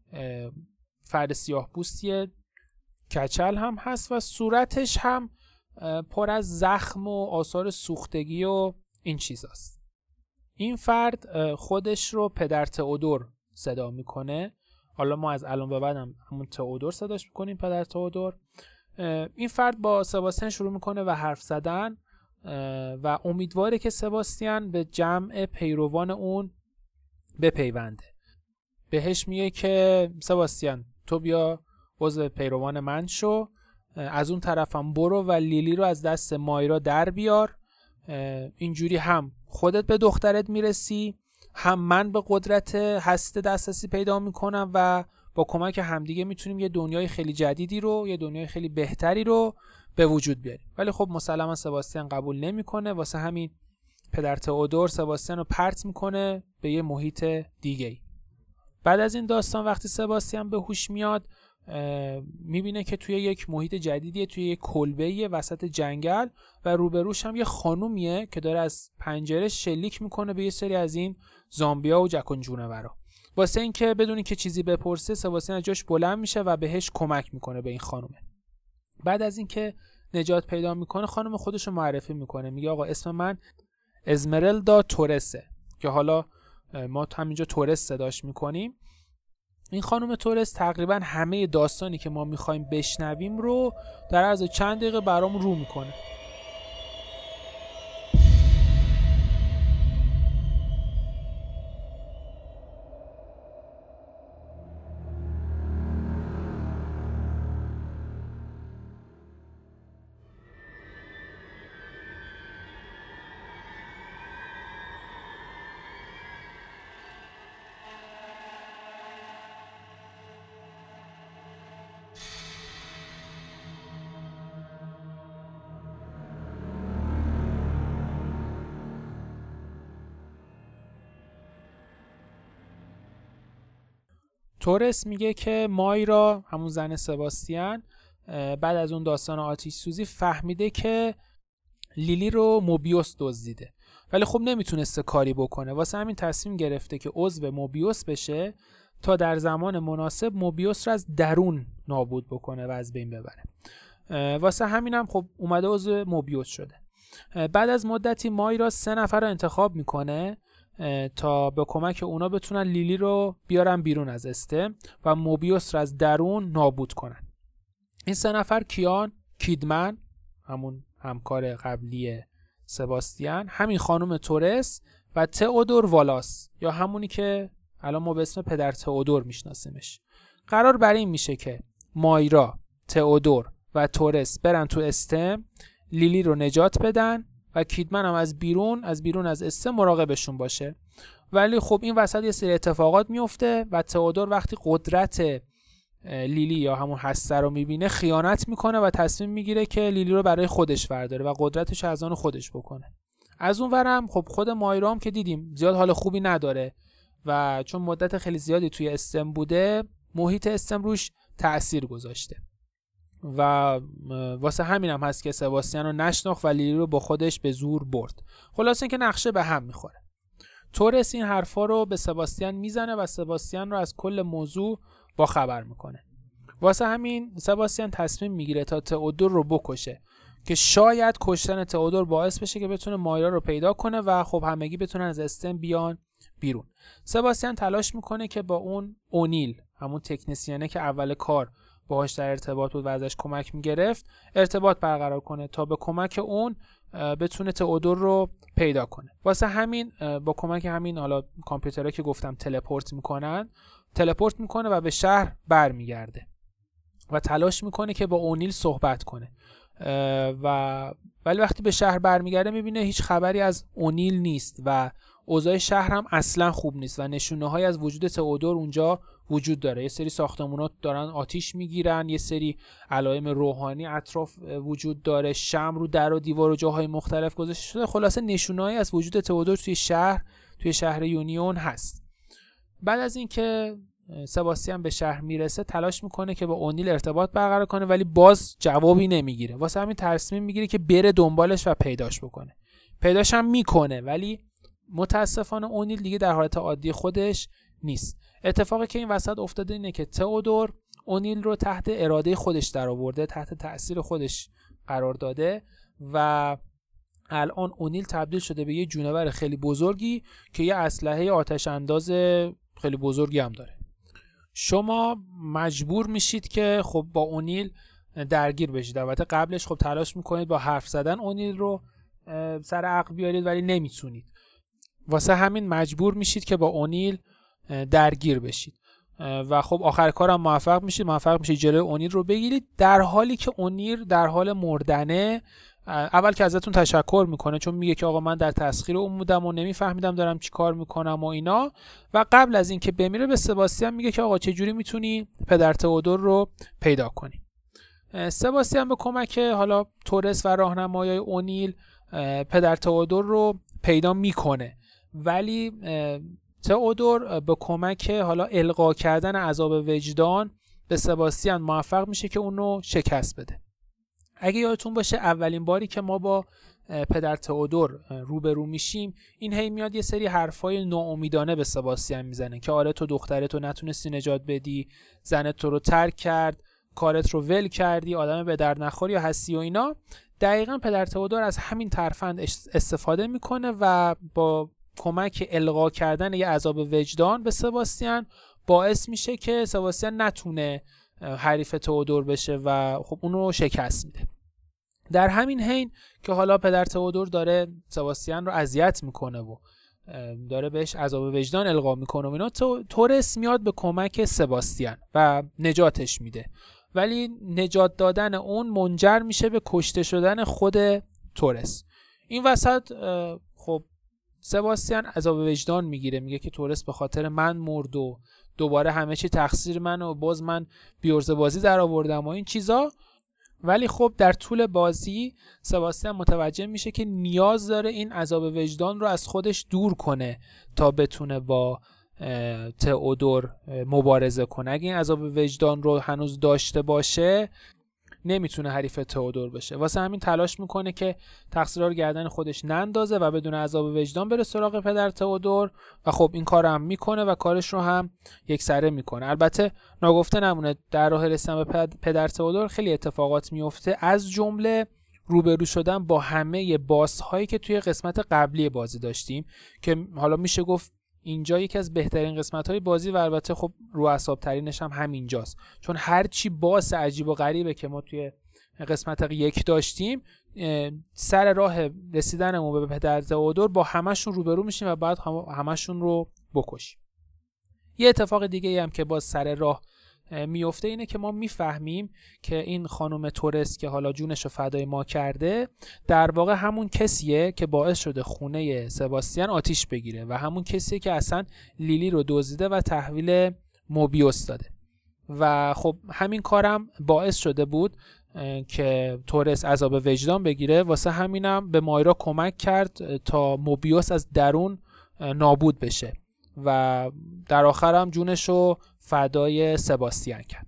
فرد سیاه پوستیه، کچل هم هست و صورتش هم پر از زخم و آثار سوختگی و این چیزاست. این فرد خودش رو پدر تئودور صدا میکنه. حالا ما از الان به بعد هم همون تئودور صداش میکنیم، پدر تئودور. این فرد با سباستیان شروع میکنه و حرف زدن و امیدواره که سباستیان به جمع پیروان اون بپیونده. بهش میگه که سباستیان تو بیا عضو پیروان من شو، از اون طرفم برو و لیلی رو از دست مایرا در بیار، اینجوری هم خودت به دخترت میرسی، هم من به قدرت هست دسترسی پیدا میکنم و با کمک همدیگه میتونیم یه دنیای خیلی جدیدی رو، یه دنیای خیلی بهتری رو به وجود بیاریم. ولی خب مسلما سباستیان قبول نمیکنه، واسه همین پدر تئودور سباستیان رو پرت میکنه به یه محیط دیگه‌ای. بعد از این داستان وقتی سباستیان به هوش میاد میبینه که توی یک محیط جدیدیه، توی یک کلبه‌ای وسط جنگل و روبروش هم یه خانومیه که داره از پنجره شلیک میکنه به یه سری از این زامبیا و جکن جونورا. واسه این که بدونی که چیزی بپرسه سباستیان از جاش بلند میشه و بهش کمک میکنه به این خانومه. بعد از این که نجات پیدا میکنه خانم خودش رو معرفی میکنه، میگه آقا اسم من اسمرالدا تورسه که حالا ما همینجا تورس صداش میکنیم. این خانم تورس تقریبا همه داستانی که ما میخوایم بشنویم رو در عرض چند دقیقه برامون رو میکنه. تورس میگه که مایرا همون زن سباستیان بعد از اون داستان آتش سوزی فهمیده که لیلی رو موبیوس دزدیده، ولی خب نمیتونسته کاری بکنه. واسه همین تصمیم گرفته که عضو موبیوس بشه تا در زمان مناسب موبیوس رو از درون نابود بکنه و از بین ببره. واسه همین هم خب اومده عضو موبیوس شده. بعد از مدتی مایرا سه نفر رو انتخاب میکنه تا به کمک اونا بتونن لیلی رو بیارن بیرون از استم و موبیوس رو از درون نابود کنن. این سه نفر کیان؟ کیدمن همون همکار قبلی سباستیان، همین خانم تورس و تئودور والاس یا همونی که الان ما به اسم پدر تئودور میشناسیمش. قرار بر این میشه که مایرا، تئودور و تورس برن تو استم، لیلی رو نجات بدن و کیدمن هم از بیرون از بیرون از استم مراقبشون باشه. ولی خب این وسط یه سری اتفاقات میفته و تئودور وقتی قدرت لیلی یا همون هسته رو میبینه خیانت میکنه و تصمیم میگیره که لیلی رو برای خودش برداره و قدرتش از آن خودش بکنه. از اون ورم خب خود مایرا هم که دیدیم زیاد حال خوبی نداره و چون مدت خیلی زیادی توی استم بوده محیط استم روش تأثیر گذاشته و واسه همین هم هست که سباستین رو نشناخت و لیلی رو با خودش به زور برد. خلاصه اینکه نقشه به هم میخوره. تورس این حرفا رو به سباستین میزنه و سباستین رو از کل موضوع با خبر میکنه. واسه همین سباستین تصمیم میگیره تا تئودور رو بکشه که شاید کشتن تئودور باعث بشه که بتونه مایرا رو پیدا کنه و خب همگی بتونن از استم بیان بیرون. سباستین تلاش میکنه که با اون اونیل، همون تکنسیانه که اول کار باهاش در ارتباط بود و ازش کمک میگرفت، ارتباط برقرار کنه تا به کمک اون بتونه تئودور رو پیدا کنه. واسه همین با کمک همین حالا کامپیوترها که گفتم تلپورت میکنن، تلپورت میکنه و به شهر برمیگرده و تلاش میکنه که با اونیل صحبت کنه و ولی وقتی به شهر برمیگرده میبینه هیچ خبری از اونیل نیست و اوضاع شهر هم اصلا خوب نیست و نشونه‌هایی از وجود تئودور اونجا وجود داره. یه سری ساختمانات دارن آتیش میگیرن، یه سری علائم روحانی اطراف وجود داره، شمع رو در و دیوار و جاهای مختلف گذاشته شده. خلاصه نشونه‌هایی از وجود تئودور توی شهر توی شهر یونیون هست. بعد از اینکه سباستین به شهر میرسه تلاش میکنه که با اونیل ارتباط برقرار کنه ولی باز جوابی نمیگیره. واسه همین تصمیم میگیره که بره دنبالش و پیداش بکنه. پیداش هم میکنه ولی متاسفانه اونیل دیگه در حالت عادی خودش نیست. اتفاقی که این وسط افتاده اینه که تئودور اونیل رو تحت اراده خودش در آورده، تحت تأثیر خودش قرار داده و الان اونیل تبدیل شده به یه جونور خیلی بزرگی که یه اسلحه آتش انداز خیلی بزرگی هم داره. شما مجبور میشید که خب با اونیل درگیر بشید. البته قبلش خب تلاش میکنید با حرف زدن اونیل رو سر عقل بیارید ولی نمیتونید. واسه همین مجبور میشید که با اونیل درگیر بشید و خب آخر کارم موفق میشید موفق میشید جلوی اونیل رو بگیرید، در حالی که اونیل در حال مردنه. اول که ازتون تشکر میکنه چون میگه که آقا من در تسخیر اون بودم و نمیفهمیدم دارم چی کار میکنم و اینا، و قبل از این که بمیره به سباستین میگه که آقا چجوری میتونی پدر تئودور رو پیدا کنی. سباستین به کمک حالا تورس و راهنمایی اونیل پدر تئودور رو پیدا میکنه ولی تئودور به کمک حالا القا کردن عذاب وجدان به سباستین موفق میشه که اون رو شکست بده. اگه یادتون باشه اولین باری که ما با پدر تئودور روبرو میشیم این هی میاد یه سری حرفای ناامیدانه به سباستین میزنه که آره تو دخترتو نتونستی نجات بدی، زنت تو رو ترک کرد، کارت رو ول کردی، آدم به درد نخوری یا هستی و اینا. دقیقاً پدر تئودور از همین ترفند استفاده میکنه و با کمک القا کردن یه عذاب وجدان به سباستین باعث میشه که سباستین نتونه حریف تئودور بشه و خب اونو شکست میده. در همین حین که حالا پدر تئودور داره سباستین رو اذیت میکنه و داره بهش عذاب وجدان القا میکنه و اینا، تورس میاد به کمک سباستین و نجاتش میده ولی نجات دادن اون منجر میشه به کشته شدن خود تورس. این وسط خب سباستین عذاب وجدان میگیره، میگه که تورس به خاطر من مرد و دوباره همه چی تقصیر من و باز من بیورزه بازی در آوردم و این چیزا. ولی خب در طول بازی سباستین متوجه میشه که نیاز داره این عذاب وجدان رو از خودش دور کنه تا بتونه با تئودور مبارزه کنه. اگه این عذاب وجدان رو هنوز داشته باشه نمیتونه حریف تئودور بشه. واسه همین تلاش میکنه که تقصیرها رو گردن خودش نندازه و بدون عذاب وجدان بره سراغ پدر تئودور و خب این کار هم میکنه و کارش رو هم یکسره میکنه. البته ناگفته نمونه در راه رسیدن به پدر تئودور خیلی اتفاقات میفته، از جمله روبرو شدن با همه باس هایی که توی قسمت قبلی بازی داشتیم که حالا میشه گفت اینجا یکی از بهترین قسمت‌های بازی و البته خب رو اعصاب ترینش هم همینجاست، چون هر چی باس عجیب و غریبه که ما توی قسمت یک داشتیم سر راه رسیدنمون به پدر تئودور با همشون روبرو میشیم و بعد همشون رو بکشیم. یه اتفاق دیگه هم که باز سر راه میفته اینه که ما میفهمیم که این خانم تورس که حالا جونش رو فدای ما کرده در واقع همون کسیه که باعث شده خونه سباستین آتیش بگیره و همون کسیه که اصلا لیلی رو دزدیده و تحویل موبیوس داده و خب همین کارم باعث شده بود که تورس عذاب وجدان بگیره. واسه همینم به مایرا کمک کرد تا موبیوس از درون نابود بشه و در آخر هم جونش رو فدای سباستین کرد.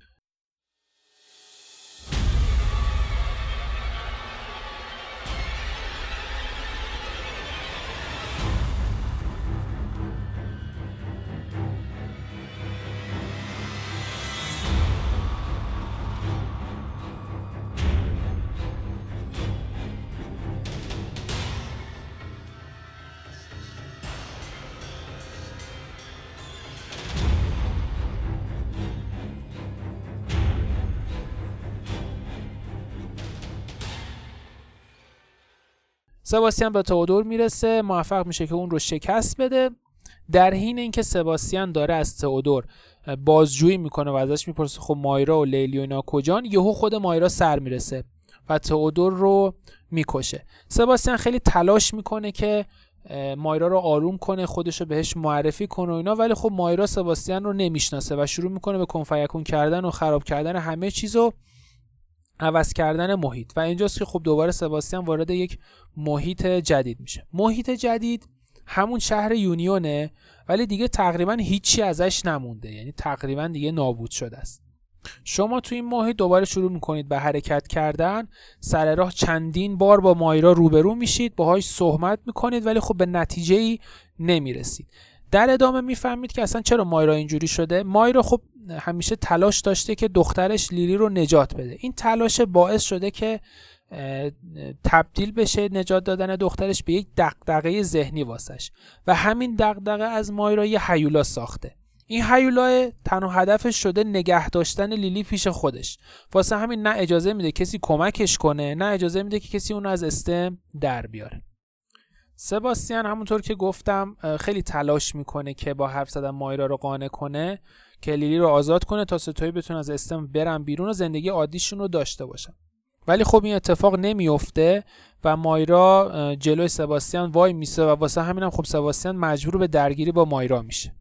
سباستین به تئودور میرسه، موفق میشه که اون رو شکست بده. در حین اینکه سباستین داره از تئودور بازجویی میکنه و ازش میپرسه خب مایرا و لیلی و اینا کجان، یهو خود مایرا سر میرسه و تئودور رو میکشه. سباستین خیلی تلاش میکنه که مایرا رو آروم کنه، خودش رو بهش معرفی کنه و اینا، ولی خب مایرا سباستین رو نمیشناسه و شروع میکنه به کن فیکون کردن و خراب کردن همه چیزو، عوض کردن محیط. و اینجاست که خب دوباره سباستین وارد یک محیط جدید میشه. محیط جدید همون شهر یونیونه ولی دیگه تقریبا هیچی ازش نمونده، یعنی تقریبا دیگه نابود شده است. شما تو این محیط دوباره شروع میکنید به حرکت کردن، سر راه چندین بار با مایرا روبرو میشید، باهاش صحبت میکنید ولی خب به نتیجه‌ای نمیرسید. در ادامه میفهمید که اصلا چرا مایرا اینجوری شده. مایرا خب همیشه تلاش داشته که دخترش لیلی رو نجات بده. این تلاش باعث شده که تبدیل بشه نجات دادن دخترش به یک دغدغه ذهنی واسش و همین دغدغه از مایرا یه هیولا ساخته. این هیولا تنها هدفش شده نگه داشتن لیلی پیش خودش. واسه همین نه اجازه میده کسی کمکش کنه، نه اجازه میده که کسی اون از استم در بیاره. سباستین همونطور که گفتم خیلی تلاش میکنه که با حرف زدن مایرا رو قانع کنه که لیلی رو آزاد کنه تا ستایی بتونه از استم برن بیرون و زندگی عادیشون رو داشته باشن. ولی خب این اتفاق نمیفته و مایرا جلوی سباستین وای میسه و واسه همینم خب سباستین مجبور به درگیری با مایرا میشه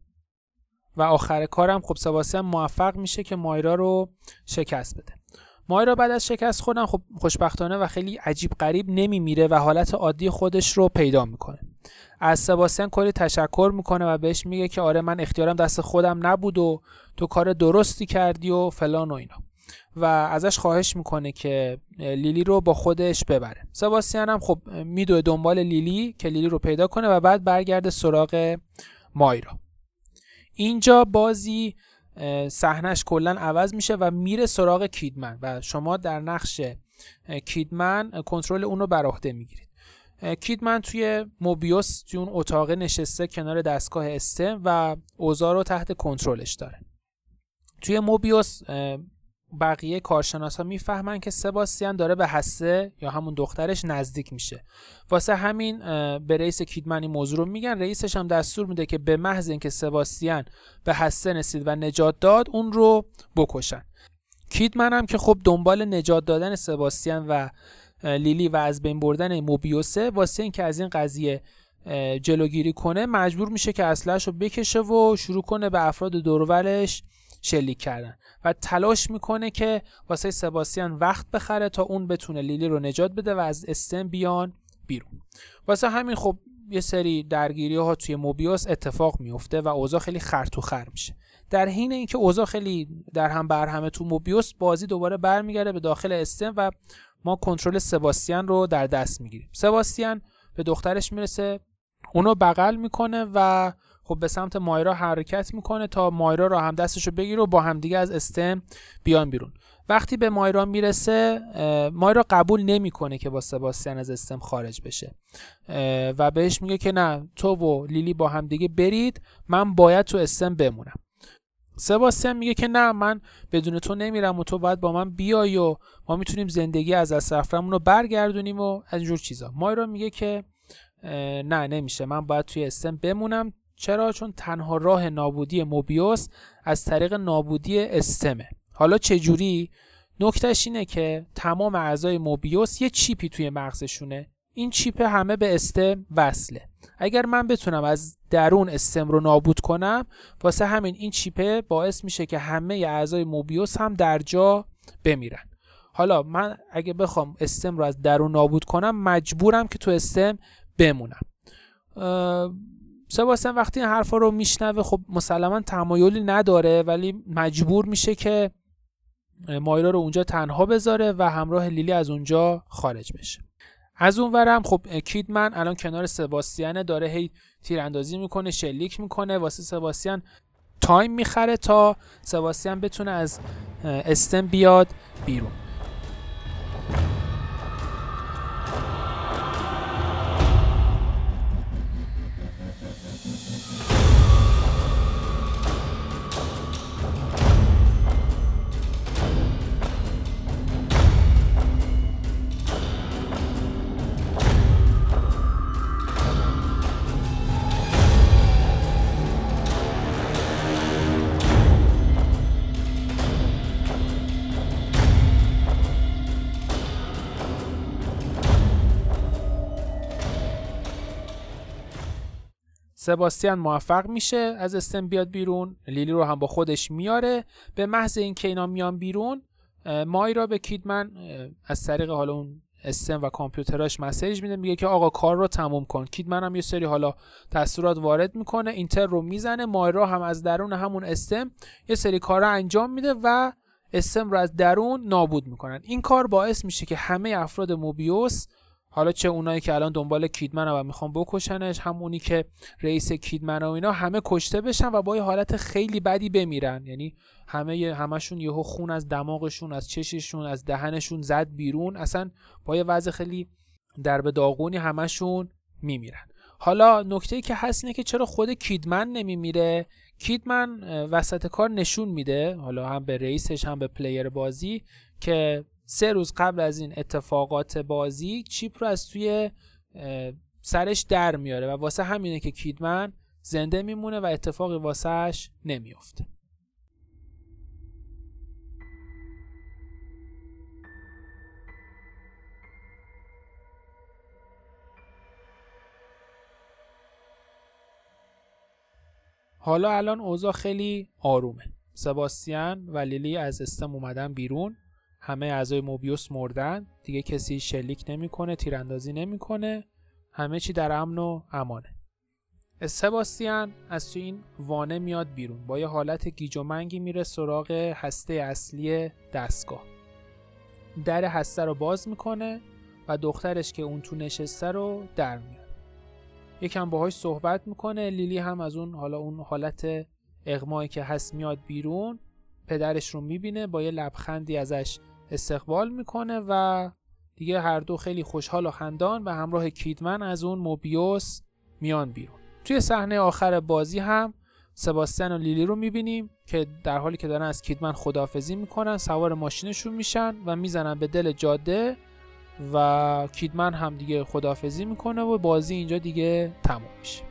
و آخر کارم خب سباستین موفق میشه که مایرا رو شکست بده. مایرا بعد از شکست خوردن خب خوشبختانه و خیلی عجیب غریب نمیمیره و حالت عادی خودش رو پیدا میکنه. از سباستین کلی تشکر میکنه و بهش میگه که آره من اختیارم دست خودم نبود و تو کار درستی کردی و فلان و اینا و ازش خواهش میکنه که لیلی رو با خودش ببره. سباستین هم خب میدوه دنبال لیلی که لیلی رو پیدا کنه و بعد برگرده سراغ مایرا. اینجا بازی صحنش کلا عوض میشه و میره سراغ کیدمن و شما در نقش کیدمن کنترل اون رو بر عهده میگیرید. کیدمن توی موبیوس توی اون اتاق نشسته کنار دستگاه استم و اوضاع رو تحت کنترلش داره. توی موبیوس بقیه کارشناسا میفهمن که سباستین داره به هسته یا همون دخترش نزدیک میشه. واسه همین به رئیس کیدمن این موضوع رو میگن. رئیسش هم دستور میده که به محض اینکه سباستین به هسته رسید و نجات داد اون رو بکشن. کیدمن هم که خب دنبال نجات دادن سباستین و لیلی و از بین بردن موبیوسه، واسه اینکه از این قضیه جلوگیری کنه مجبور میشه که اسلحه‌اش رو بکشه و شروع کنه به افراد دور و برش شلیک کردن و تلاش میکنه که واسه سباستین وقت بخره تا اون بتونه لیلی رو نجات بده و از استم بیان بیرون. واسه همین خب یه سری درگیری ها توی موبیوس اتفاق میفته و اوضاع خیلی خرطو خر میشه. در حین اینکه اوضاع خیلی در هم بر همه تو موبیوس، بازی دوباره برمیگرده به داخل استم و ما کنترل سباستین رو در دست میگیریم. سباستین به دخترش میرسه، اونو بغل میکنه و خب به سمت مایرا حرکت میکنه تا مایرا رو هم دستشو بگیره و با هم دیگه از استم بیان بیرون. وقتی به مایرا میرسه، مایرا قبول نمیکنه که با سباستین از استم خارج بشه و بهش میگه که نه، تو و لیلی با هم دیگه برید، من باید تو استم بمونم. سباستین میگه که نه، من بدون تو نمیرم و تو باید با من بیای و ما میتونیم زندگی از دست رفتمون رو برگردونیم و از جور چیزا. مایرا میگه که نه نمیشه، من باید توی استم بمونم، چرا؟ چون تنها راه نابودی موبیوس از طریق نابودی استمه. حالا چجوری؟ نکتهش اینه که تمام اعضای موبیوس یه چیپی توی مغزشونه. این چیپ همه به استم وصله. اگر من بتونم از درون استم رو نابود کنم، واسه همین این چیپه باعث میشه که همه اعضای موبیوس هم در جا بمیرن. حالا من اگه بخوام استم رو از درون نابود کنم، مجبورم که تو استم بمونم. سباستین وقتی این حرفا رو میشنوه خب مسلما تمایلی نداره، ولی مجبور میشه که مایرا رو اونجا تنها بذاره و همراه لیلی از اونجا خارج بشه. از اون ورم خب کیدمن الان کنار سباستین داره هی تیراندازی میکنه، شلیک میکنه، واسه سباستین تایم میخره تا سباستین بتونه از استم بیاد بیرون. سباستین موفق میشه از استم بیاد بیرون، لیلی رو هم با خودش میاره. به محض اینکه اینا میان بیرون، مایرا به کیدمن از طریق حالا اون استم و کامپیوتراش مسیج میده، میگه که آقا کار رو تموم کن. کیدمن هم یه سری حالا دستورات وارد میکنه، اینتر رو میزنه، مایرا هم از درون همون استم یه سری کارا انجام میده و استم رو از درون نابود میکنن. این کار باعث میشه که همه افراد موبیوس، حالا چه اونایی که الان دنبال کیدمن و میخوان بکشنش، همونی که رئیس کیدمن و اینا، همه کشته بشن و با یه حالت خیلی بدی بمیرن. یعنی همه همشون یهو خون از دماغشون، از چششون، از دهنشون زد بیرون، اصلا با یه وضع خیلی درب داغونی همشون میمیرن. حالا نکته‌ای که هست اینه که چرا خود کیدمن نمیمیره؟ کیدمن وسط کار نشون میده، حالا هم به رئیسش هم به پلیر بازی، که سه روز قبل از این اتفاقات بازی چیپ رو از توی سرش در میاره و واسه همینه که کیدمن زنده میمونه و اتفاقی واسهش نمیافته. حالا الان اوضاع خیلی آرومه. سباستین و لیلی از استم اومدن بیرون، همه اعضای موبیوس مردن، دیگه کسی شلیک نمیکنه، تیراندازی نمیکنه، همه چی در امن و امانه. سباستین از تو این وانه میاد بیرون، با یه حالت گیج و منگی میره سراغ هسته اصلی دستگاه. در هسته رو باز میکنه و دخترش که اون تو نشسته رو در میاره. یکم باهاش صحبت میکنه. لیلی هم از اون حالا اون حالت اغمایی که هست میاد بیرون، پدرش رو میبینه، با یه لبخندی ازش استقبال میکنه و دیگه هر دو خیلی خوشحال و خندان و همراه کیدمن از اون موبیوس میان بیرون. توی صحنه آخر بازی هم سباستین و لیلی رو میبینیم که در حالی که دارن از کیدمن خداحافظی میکنن، سوار ماشینشون میشن و میزنن به دل جاده و کیدمن هم دیگه خداحافظی میکنه و بازی اینجا دیگه تموم میشه.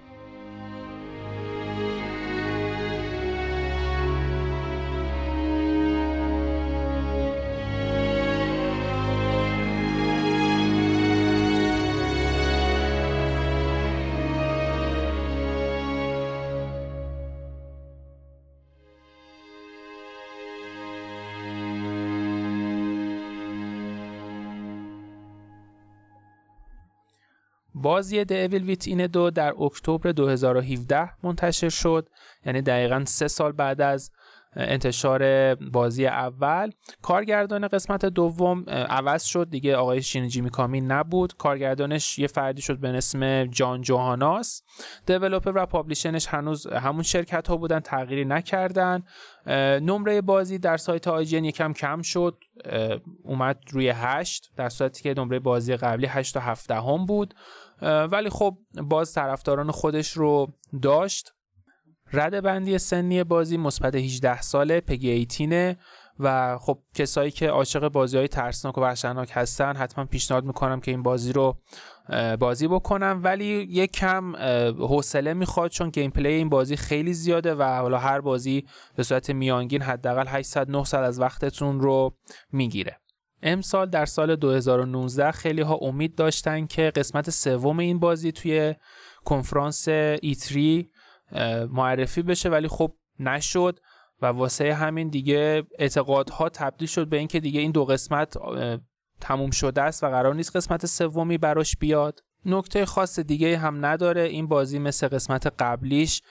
بازی The Evil Within دو در اکتبر دو هزار و هفده منتشر شد، یعنی دقیقاً سه سال بعد از انتشار بازی اول. کارگردان قسمت دوم عوض شد دیگه، آقای شینجی میکامی نبود، کارگردانش یه فردی شد به اسم جان جوهاناس. دیولپر و پابلیشرش هنوز همون شرکت ها بودن، تغییری نکردن. نمره بازی در سایت آی جی ان یکم کم شد، اومد روی هشت، در صورتی که نمره بازی قبلی هشت و هفده هم بود، ولی خب باز طرفداران خودش رو داشت. رده بندی سنی بازی مثبت هجده ساله، پگی هجده، و خب کسایی که عاشق بازی‌های ترسناک و وحشتناک هستن حتما پیشنهاد میکنم که این بازی رو بازی بکنم، ولی یک کم حوصله میخواد چون گیم پلی این بازی خیلی زیاده و حالا هر بازی به صورت میانگین حداقل هشتصد نهصد از وقتتون رو میگیره. امسال در سال دو هزار و نوزده خیلی ها امید داشتن که قسمت سوم این بازی توی کنفرانس ای تری معرفی بشه، ولی خب نشد و واسه همین دیگه اعتقادها تبدیل شد به این که دیگه این دو قسمت تموم شده است و قرار نیست قسمت سومی براش بیاد. نکته خاص دیگه هم نداره. این بازی مثل قسمت قبلیش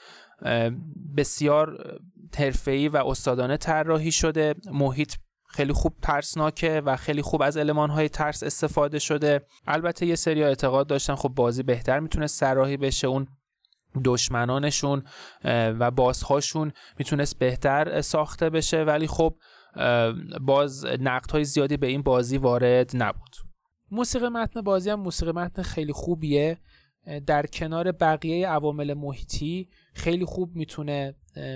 بسیار حرفه‌ای و استادانه طراحی شده، محیط خیلی خوب ترسناکه و خیلی خوب از المان‌های ترس استفاده شده. البته یه سری اعتقاد داشتن خب بازی بهتر میتونه طراحی بشه، اون دشمنانشون و بازهاشون میتونست بهتر ساخته بشه، ولی خب باز نقدهای زیادی به این بازی وارد نبود. موسیقی متن بازی هم موسیقی متن خیلی خوبیه، در کنار بقیه عوامل محیطی خیلی خوب میتونه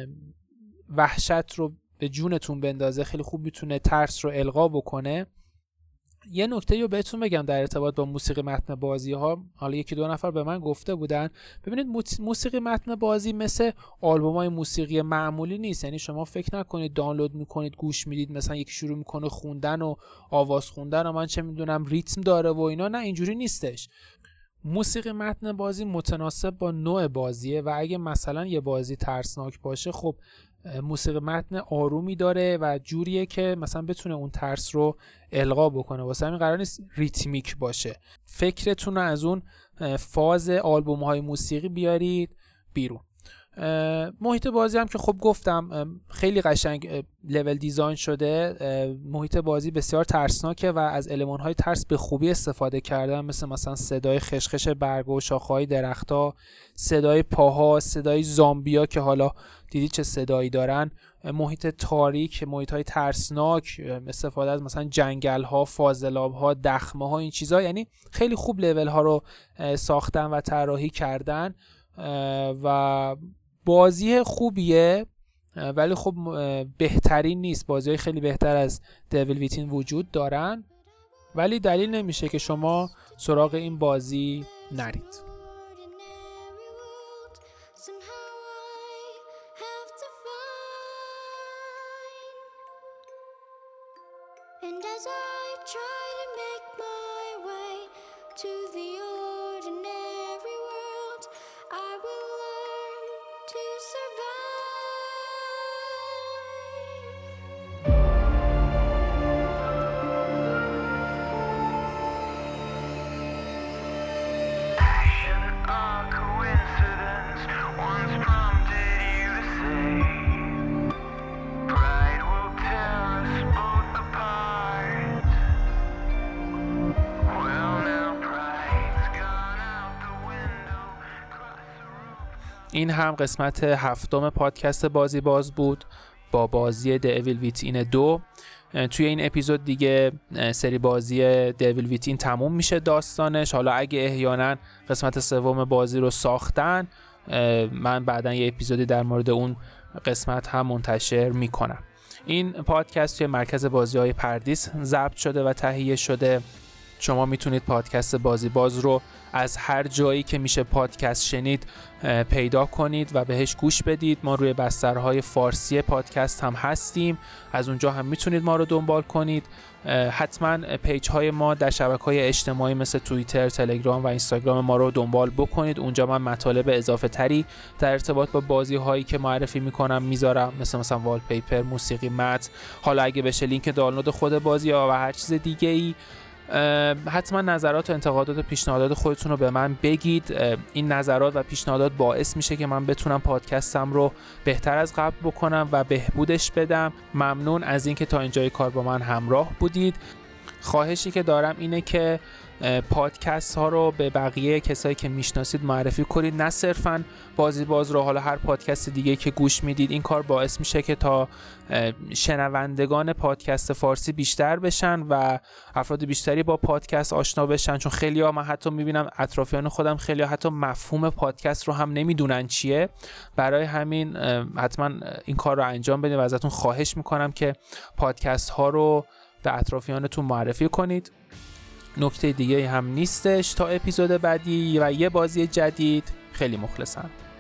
وحشت رو به جونتون بندازه، خیلی خوب میتونه ترس رو القا بکنه. یه نکته رو بهتون بگم در ارتباط با موسیقی متن بازی ها، حالا یکی دو نفر به من گفته بودن ببینید موسیقی متن بازی مثل آلبومای موسیقی معمولی نیست، یعنی شما فکر نکنید دانلود میکنید گوش میدید مثلا یکی شروع میکنه خوندن و آواز خوندن و من چه میدونم ریتم داره و اینا، نه اینجوری نیستش. موسیقی متن بازی متناسب با نوع بازیه و اگه مثلا یه بازی ترسناک باشه خب موسیقی متن آرومی داره و جوریه که مثلا بتونه اون ترس رو القا بکنه، واسه همین قرار نیست ریتمیک باشه. فکرتون رو از اون فاز آلبوم های موسیقی بیارید بیرون. محیط بازی هم که خب گفتم خیلی قشنگ لول دیزاین شده، محیط بازی بسیار ترسناکه و از المان های ترس به خوبی استفاده کردن، مثل مثلا صدای خشخش برگ و شاخه‌های درخت‌ها، صدای پاها، صدای زامبیا که حالا دیدی چه صدایی دارن، محیط تاریک، محیط های ترسناک، استفاده از مثلا جنگل ها، فاضلاب ها، دخمه ها، این چیزا، یعنی خیلی خوب لول ها رو ساختن و طراحی کردن و بازی خوبیه، ولی خب بهترین نیست. بازی‌های خیلی بهتر از دیویل ویتین وجود دارن، ولی دلیل نمیشه که شما سراغ این بازی نرید. این هم قسمت هفتم پادکست بازی باز بود با بازی دیویل ویتین دو. توی این اپیزود دیگه سری بازی دیویل ویتین تموم میشه داستانش. حالا اگه احیانا قسمت سوم بازی رو ساختن من بعداً یه اپیزودی در مورد اون قسمت هم منتشر میکنم. این پادکست توی مرکز بازی‌های پردیس ضبط شده و تهیه شده. شما میتونید پادکست بازی باز رو از هر جایی که میشه پادکست شنید پیدا کنید و بهش گوش بدید. ما روی بسترهای فارسی پادکست هم هستیم، از اونجا هم میتونید ما رو دنبال کنید. حتما پیج های ما در شبکه‌های اجتماعی مثل توییتر، تلگرام و اینستاگرام ما رو دنبال بکنید. اونجا من مطالب اضافه تری در ارتباط با بازی هایی که معرفی میکنم میذارم، مثل مثلا والپیپر، موسیقی متن، حالا اگه بشه لینک دانلود خود بازی ها و هر چیز دیگه ای. حتما نظرات و انتقادات و پیشنهادات خودتون رو به من بگید. این نظرات و پیشنهادات باعث میشه که من بتونم پادکستم رو بهتر از قبل بکنم و بهبودش بدم. ممنون از اینکه تا اینجای کار با من همراه بودید. خواهشی که دارم اینه که پادکست ها رو به بقیه کسایی که میشناسید معرفی کنید، نه صرفاً بازی باز رو، حالا هر پادکست دیگه که گوش میدید. این کار باعث میشه که تا شنوندگان پادکست فارسی بیشتر بشن و افراد بیشتری با پادکست آشنا بشن، چون خیلی ها من حتی میبینم اطرافیان خودم خیلی ها حتی مفهوم پادکست رو هم نمیدونن چیه. برای همین حتما این کار رو انجام بدید و ازتون خواهش میکنم که پادکست ها رو به اطرافیانتون معرفی کنید. نکته دیگه هم نیستش تا اپیزود بعدی و یه بازی جدید. خیلی مخلصم.